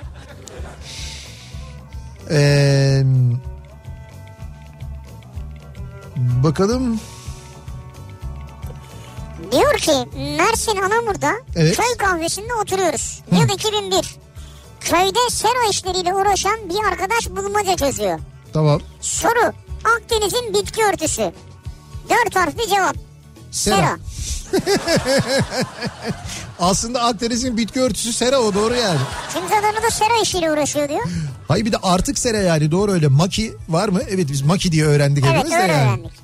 Bakalım. Diyor ki Mersin Anamur'da evet, köy kahvesinde oturuyoruz. Yıl 2001. Köyde sera işleriyle uğraşan bir arkadaş bulmaca çözüyor. Tamam. Soru: Akdeniz'in bitki örtüsü. 4 harfli cevap. Sera. Aslında Akdeniz'in bitki örtüsü sera, o doğru yani. Kimse adamı da sera işiyle uğraşıyor diyor. Hayır, bir de artık sera yani, doğru öyle. Maki var mı? Evet, biz maki diye öğrendik. Evet, öyle yani öğrendik.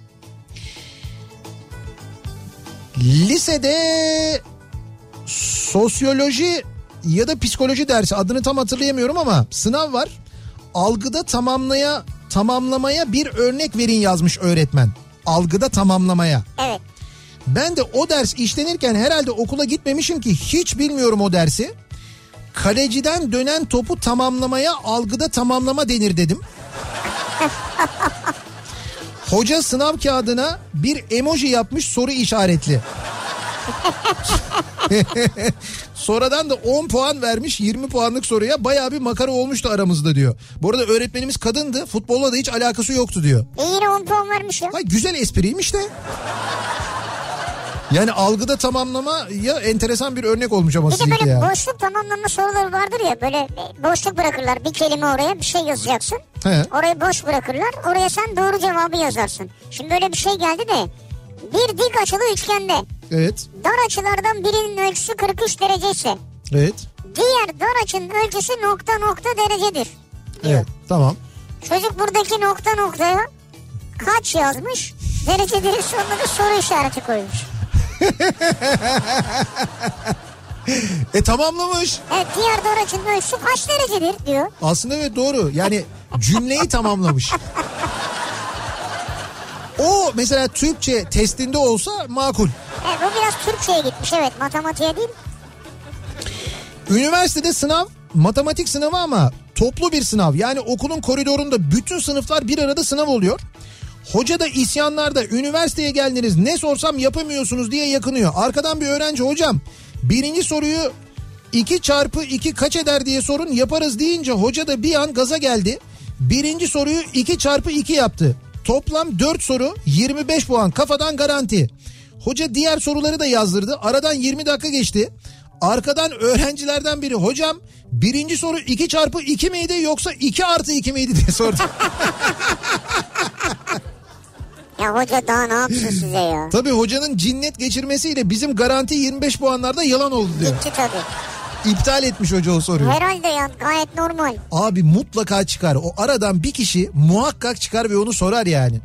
Lisede sosyoloji ya da psikoloji dersi, adını tam hatırlayamıyorum ama sınav var. Algıda tamamlamaya bir örnek verin yazmış öğretmen. Algıda tamamlamaya. Evet. Ben de o ders işlenirken herhalde okula gitmemişim ki hiç bilmiyorum o dersi. Kaleciden dönen topu tamamlamaya algıda tamamlama denir dedim. Hoca sınav kağıdına bir emoji yapmış, soru işaretli. Sonradan da 10 puan vermiş 20 puanlık soruya, bayağı bir makara olmuştu aramızda diyor. Bu arada öğretmenimiz kadındı, futbolla da hiç alakası yoktu diyor. Yine 10 puan vermiş ya. Hayır, güzel espriymiş de. Yani algıda tamamlama ya, enteresan bir örnek olmuş ama sizinki ya. Bir de böyle boşluk tamamlama soruları vardır ya, böyle boşluk bırakırlar, bir kelime oraya bir şey yazacaksın. He. Orayı boş bırakırlar, oraya sen doğru cevabı yazarsın. Şimdi böyle bir şey geldi de, bir dik açılı üçgende. Evet. Dar açılardan birinin ölçüsü 43 derece ise. Evet. Diğer dar açının ölçüsü ... derecedir diyor. Evet, tamam. Çocuk buradaki noktaya kaç yazmış, derecelerin sonuna da soru işareti koymuş. Tamamlamış. Evet, diğer dar açının ölçüsü kaç derecedir diyor. Aslında evet, doğru. Yani cümleyi tamamlamış. O mesela Türkçe testinde olsa makul. Evet, bu biraz Türkçe'ye gitmiş, evet, matematiğe değil. Üniversitede sınav matematik sınavı ama toplu bir sınav. Yani okulun koridorunda bütün sınıflar bir arada sınav oluyor. Hoca da isyanlarda, üniversiteye geldiniz ne sorsam yapamıyorsunuz diye yakınıyor. Arkadan bir öğrenci, hocam birinci soruyu 2 çarpı 2 kaç eder diye sorun, yaparız deyince hoca da bir an gaza geldi. Birinci soruyu 2 çarpı 2 yaptı. Toplam 4 soru 25 puan kafadan garanti. Hoca diğer soruları da yazdırdı. Aradan 20 dakika geçti. Arkadan öğrencilerden biri hocam birinci soru 2 çarpı 2 miydi yoksa 2 artı 2 miydi diye sordu. Ya hoca daha ne yapsın size ya? Tabii hocanın cinnet geçirmesiyle bizim garanti 25 puanlarda yalan oldu diyor. Gitti tabii. İptal etmiş hoca o soruyu. Herhalde ya, gayet normal. Abi mutlaka çıkar. O aradan bir kişi muhakkak çıkar ve onu sorar yani.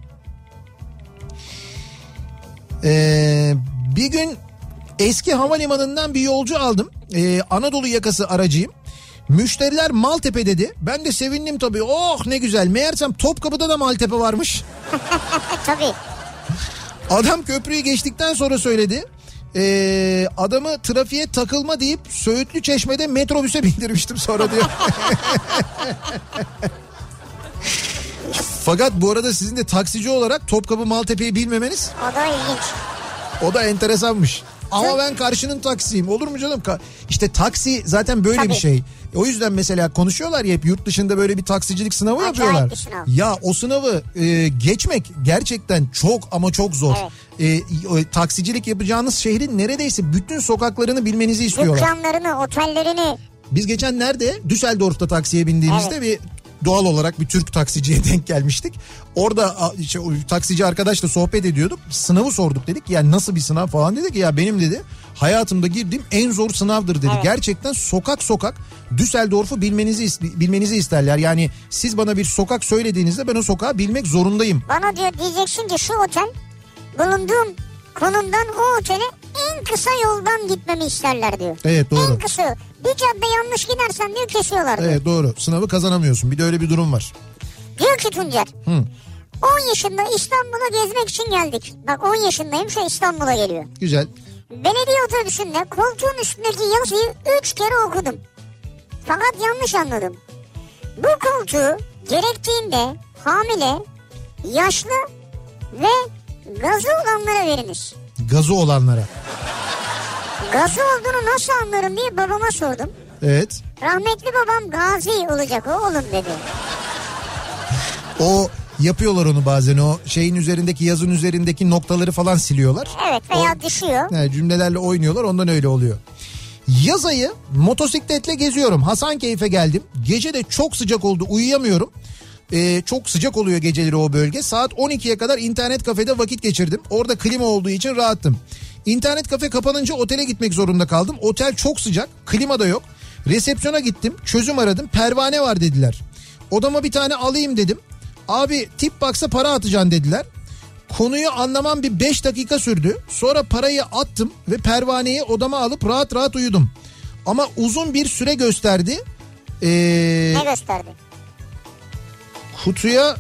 Bir gün eski havalimanından bir yolcu aldım. Anadolu yakası aracıyım. Müşteriler Maltepe dedi. Ben de sevindim tabii. Oh ne güzel. Meğersem Topkapı'da da Maltepe varmış. Tabii. Adam köprüyü geçtikten sonra söyledi. Adamı trafiğe takılma deyip Söğütlü Çeşme'de metrobüse bindirmiştim sonra diyor. Fakat bu arada sizin de taksici olarak Topkapı Maltepe'yi bilmemeniz... O da ilginç. O da enteresanmış. Ama ben karşının taksiyim. Olur mu canım? İşte taksi zaten böyle bir şey. O yüzden mesela konuşuyorlar ya hep yurt dışında böyle bir taksicilik sınavı yapıyorlar. Ya o sınavı geçmek gerçekten çok ama çok zor. Evet. Taksicilik yapacağınız şehrin neredeyse bütün sokaklarını bilmenizi istiyorlar. Dükkanlarını, otellerini. Biz geçen nerede? Düsseldorf'ta taksiye bindiğimizde bir doğal olarak bir Türk taksiciye denk gelmiştik. Orada taksici arkadaşla sohbet ediyorduk. Sınavı sorduk, dedik ya nasıl bir sınav falan, dedik ya benim dedi hayatımda girdiğim en zor sınavdır dedi. Evet. Gerçekten sokak sokak Düsseldorf'u bilmenizi isterler. Yani siz bana bir sokak söylediğinizde ben o sokağı bilmek zorundayım. Bana diyor diyeceksin ki şu otel, bulunduğum konumdan o otele en kısa yoldan gitmemi isterler diyor. Evet doğru. En kısa. Bir cadde yanlış gidersen diyor kesiyorlar diyor. Evet doğru. Sınavı kazanamıyorsun. Bir de öyle bir durum var. Diyor ki Tuncer. 10 yaşında İstanbul'a gezmek için geldik. Bak 10 yaşındayım, şu İstanbul'a geliyor. Güzel. Belediye otobüsünde koltuğun üstündeki yazıyı 3 kere okudum. Fakat yanlış anladım. Bu koltuğu gerektiğinde hamile, yaşlı ve gazı olanlara veriniz. Gazı olanlara. Gazı olduğunu nasıl anlarım diye babama sordum. Evet. Rahmetli babam gazi olacak oğlum dedi. O yapıyorlar onu bazen, o şeyin üzerindeki, yazın üzerindeki noktaları falan siliyorlar. Evet veya düşüyor. Cümlelerle oynuyorlar, ondan öyle oluyor. Yaz ayı motosikletle geziyorum. Hasankeyf'e geldim. Gece de çok sıcak oldu, uyuyamıyorum. Çok sıcak oluyor geceleri o bölge. Saat 12'ye kadar internet kafede vakit geçirdim. Orada klima olduğu için rahattım. İnternet kafe kapanınca otele gitmek zorunda kaldım. Otel çok sıcak, klima da yok. Resepsiyona gittim, çözüm aradım. Pervane var dediler. Odama bir tane alayım dedim. Abi tip baksa para atacaksın dediler. Konuyu anlamam bir 5 dakika sürdü. Sonra parayı attım ve pervaneyi odama alıp rahat rahat uyudum. Ama uzun bir süre gösterdi. Ne gösterdi? Kutuya...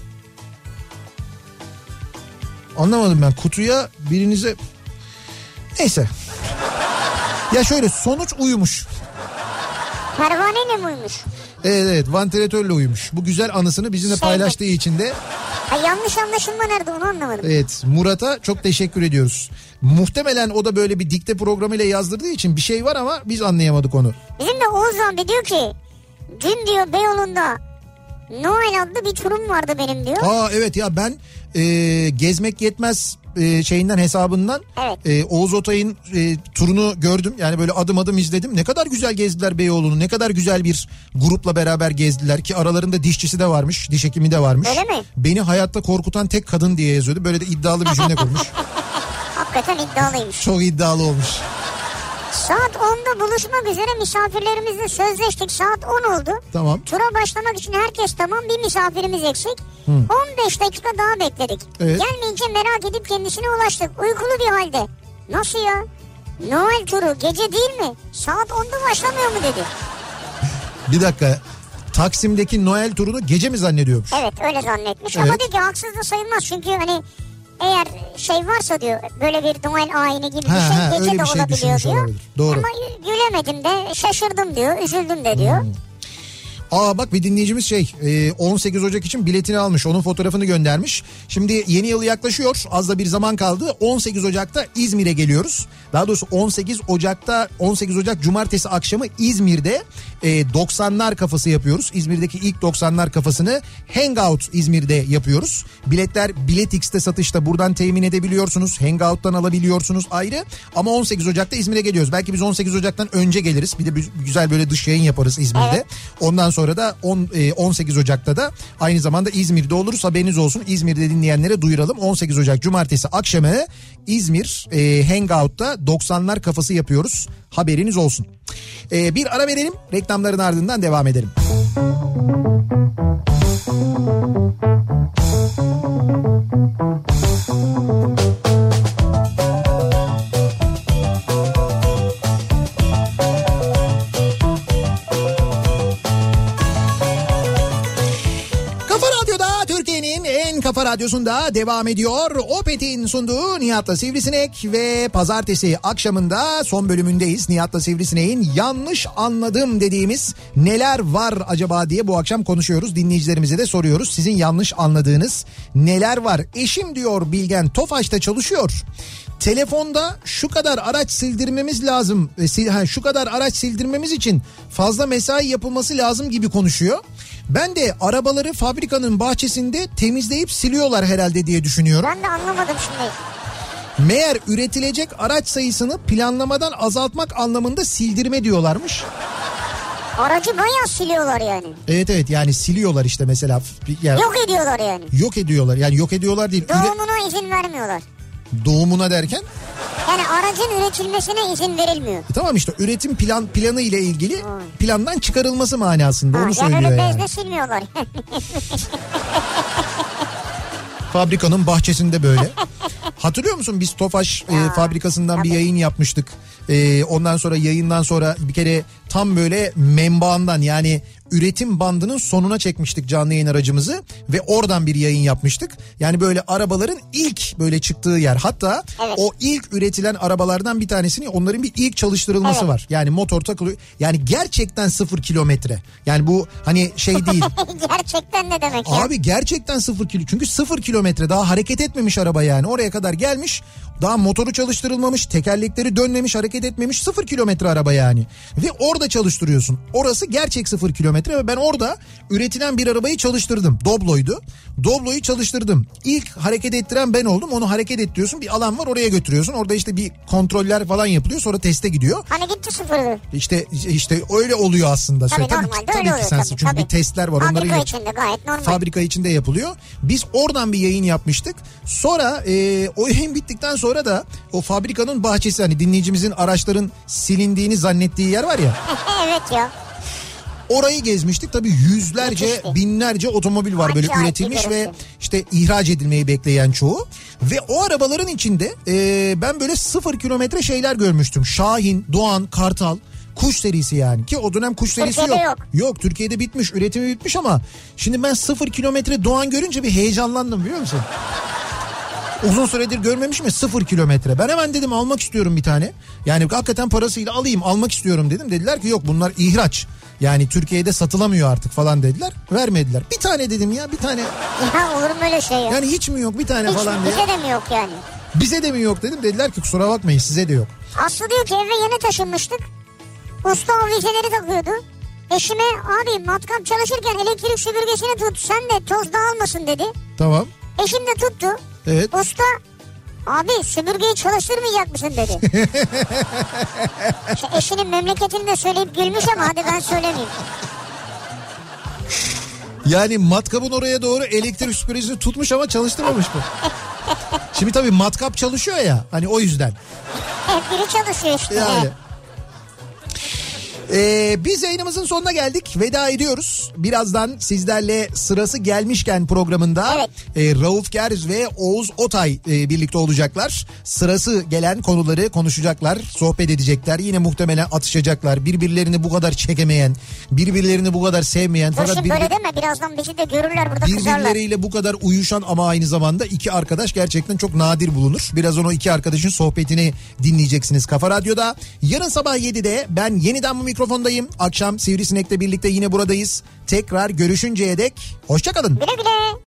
Anlamadım ben. Kutuya birinize... Neyse. Ya şöyle, sonuç uyumuş. Pervaneyle mi uyumuş? Evet, vantilatörle uyumuş. Bu güzel anısını bizimle paylaştığı için de... yanlış anlaşılma nerede, onu anlamadım. Evet, Murat'a çok teşekkür ediyoruz. Muhtemelen o da böyle bir dikte programıyla yazdırdığı için bir şey var ama biz anlayamadık onu. Bizim de Oğuz abi diyor ki dün diyor Beyoğlu'nda Noel adlı bir turum vardı benim diyor. Evet ya, ben gezmek yetmez şeyinden, hesabından Oğuz Otay'ın turunu gördüm. Yani böyle adım adım izledim. Ne kadar güzel gezdiler Beyoğlu'nu. Ne kadar güzel bir grupla beraber gezdiler ki aralarında dişçisi de varmış, diş hekimi de varmış. Öyle mi? Beni hayatta korkutan tek kadın diye yazıyordu. Böyle de iddialı bir cümle kurmuş. Hakikaten iddialıymış. Çok iddialı olmuş. Saat 10'da buluşmak üzere misafirlerimizle sözleştik. Saat 10 oldu. Tamam. Tura başlamak için herkes tamam, bir misafirimiz eksik. 15 dakika daha bekledik. Evet. Gelmeyince merak edip kendisine ulaştık. Uykulu bir halde. Nasıl ya? Noel turu gece değil mi? Saat 10'da başlamıyor mu dedi. Bir dakika. Taksim'deki Noel turunu gece mi zannediyormuş? Evet, öyle zannetmiş. Evet. Ama diyor ki haksız da sayılmaz. Çünkü hani eğer şey varsa diyor, böyle bir Noel ayini gibi bir şey gece de olabiliyor diyor. Olabilir. Doğru. Ama gülemedim de, şaşırdım diyor, üzüldüm de diyor. Bak bir dinleyicimiz 18 Ocak için biletini almış. Onun fotoğrafını göndermiş. Şimdi yeni yıl yaklaşıyor. Az da bir zaman kaldı. 18 Ocak'ta İzmir'e geliyoruz. Daha doğrusu 18 Ocak Cumartesi akşamı İzmir'de 90'lar kafası yapıyoruz. İzmir'deki ilk 90'lar kafasını Hangout İzmir'de yapıyoruz. Biletler Biletix'te satışta, buradan temin edebiliyorsunuz. Hangout'tan alabiliyorsunuz ayrı. Ama 18 Ocak'ta İzmir'e geliyoruz. Belki biz 18 Ocak'tan önce geliriz. Bir de güzel böyle dış yayın yaparız İzmir'de. Evet. Ondan sonra da 18 Ocak'ta da aynı zamanda İzmir'de oluruz. Haberiniz olsun. İzmir'de dinleyenlere duyuralım. 18 Ocak Cumartesi akşamı İzmir Hangout'ta 90'lar kafası yapıyoruz. Haberiniz olsun. Bir ara verelim. Reklamların ardından devam edelim. Kafa Radyosu'nda devam ediyor. Opet'in sunduğu Nihat'la Sivrisinek ve pazartesi akşamında son bölümündeyiz. Nihat'la Sivrisinek'in yanlış anladım dediğimiz neler var acaba diye bu akşam konuşuyoruz. Dinleyicilerimize de soruyoruz. Sizin yanlış anladığınız neler var? Eşim diyor Bilgen Tofaş'ta çalışıyor. Telefonda şu kadar araç sildirmemiz lazım. Şu kadar araç sildirmemiz için fazla mesai yapılması lazım gibi konuşuyor. Ben de arabaları fabrikanın bahçesinde temizleyip siliyorlar herhalde diye düşünüyorum. Ben de anlamadım şimdi. Meğer üretilecek araç sayısını planlamadan azaltmak anlamında sildirme diyorlarmış. Aracı bayağı siliyorlar yani. Evet yani siliyorlar işte mesela. Yani, yok ediyorlar yani. Yok ediyorlar yani, yok ediyorlar değil. Doğumuna izin vermiyorlar. Doğumuna derken? Yani aracın üretilmesine izin verilmiyor. Tamam işte üretim planı ile ilgili plandan çıkarılması manasında onu söylüyor yani. Yani öyle bezle silmiyorlar. Fabrikanın bahçesinde böyle. Hatırlıyor musun biz Tofaş fabrikasından bir yayın yapmıştık. Ondan sonra yayından sonra bir kere tam böyle menbaından yani üretim bandının sonuna çekmiştik canlı yayın aracımızı ve oradan bir yayın yapmıştık. Yani böyle arabaların ilk böyle çıktığı yer. Hatta o ilk üretilen arabalardan bir tanesini onların bir ilk çalıştırılması var. Yani motor takılıyor. Yani gerçekten 0 kilometre. Yani bu hani şey değil. Gerçekten ne demek ya? Abi gerçekten 0 kilometre. Çünkü 0 kilometre daha hareket etmemiş araba yani. Oraya kadar gelmiş. Daha motoru çalıştırılmamış, tekerlekleri dönmemiş, hareket etmemiş, 0 kilometre araba yani. Ve orada çalıştırıyorsun. Orası gerçek 0 kilometre ve ben orada üretilen bir arabayı çalıştırdım. Doblo'ydu. Doblo'yu çalıştırdım. İlk hareket ettiren ben oldum. Onu hareket ettiriyorsun. Bir alan var, oraya götürüyorsun. Orada işte bir kontroller falan yapılıyor. Sonra teste gidiyor. Hani gitti sıfırdı. İşte öyle oluyor aslında. Tabii normalde öyle oluyor. Çünkü bir testler var. Fabrika içinde gayet normal. Fabrika içinde yapılıyor. Biz oradan bir yayın yapmıştık. Sonra o yayın bittikten sonra da o fabrikanın bahçesi, hani dinleyicimizin araçların silindiğini zannettiği yer var ya. Evet ya. Orayı gezmiştik. Tabii yüzlerce, binlerce otomobil var böyle üretilmiş ve işte ihraç edilmeyi bekleyen çoğu. Ve o arabaların içinde ben böyle 0 kilometre şeyler görmüştüm. Şahin, Doğan, Kartal. Kuş serisi yani, ki o dönem kuş serisi yok. Yok, Türkiye'de bitmiş, üretimi bitmiş ama şimdi ben 0 kilometre Doğan görünce bir heyecanlandım, biliyor musun? Uzun süredir görmemişim ya, 0 kilometre. Ben hemen dedim almak istiyorum bir tane. Yani hakikaten parasıyla alayım, almak istiyorum dedim. Dediler ki yok, bunlar ihraç. Yani Türkiye'de satılamıyor artık falan dediler. Vermediler. Bir tane dedim ya, bir tane. Ya olur mu öyle şey ya? Yani hiç mi yok bir tane hiç, falan diye. Bize de mi yok yani? Bize de mi yok dedim. Dediler ki kusura bakmayın, size de yok. Aslı diyor ki eve yeni taşınmıştık. Usta avizeleri takıyordu. Eşime abi matkap çalışırken elektrik süpürgesini tut, sen de toz dağılmasın dedi. Tamam. Eşim de tuttu. Evet. Usta abi süpürgeyi çalıştırmayacak mısın dedi. Eşinin memleketini de söyleyip gülmüş ama hadi ben söylemeyeyim. Yani matkapın oraya doğru elektrik süpürgesini tutmuş ama çalıştırmamış bu. Şimdi tabii matkap çalışıyor ya, hani o yüzden. Biri çalışıyor işte. Yani. Biz yayınımızın sonuna geldik. Veda ediyoruz. Birazdan sizlerle sırası gelmişken programında Rauf Gerz ve Oğuz Otay birlikte olacaklar. Sırası gelen konuları konuşacaklar, sohbet edecekler. Yine muhtemelen atışacaklar. Birbirlerini bu kadar çekemeyen, birbirlerini bu kadar sevmeyen. Fakat böyle deme, birazdan bizi de görürler burada, kızarlar. Birbirleriyle bu kadar uyuşan ama aynı zamanda iki arkadaş gerçekten çok nadir bulunur. Birazdan o iki arkadaşın sohbetini dinleyeceksiniz Kafa Radyo'da. Yarın sabah 7'de ben yeniden bu mikrofondayım. Akşam Sivrisinek'le birlikte yine buradayız. Tekrar görüşünceye dek hoşça kalın. Güle güle.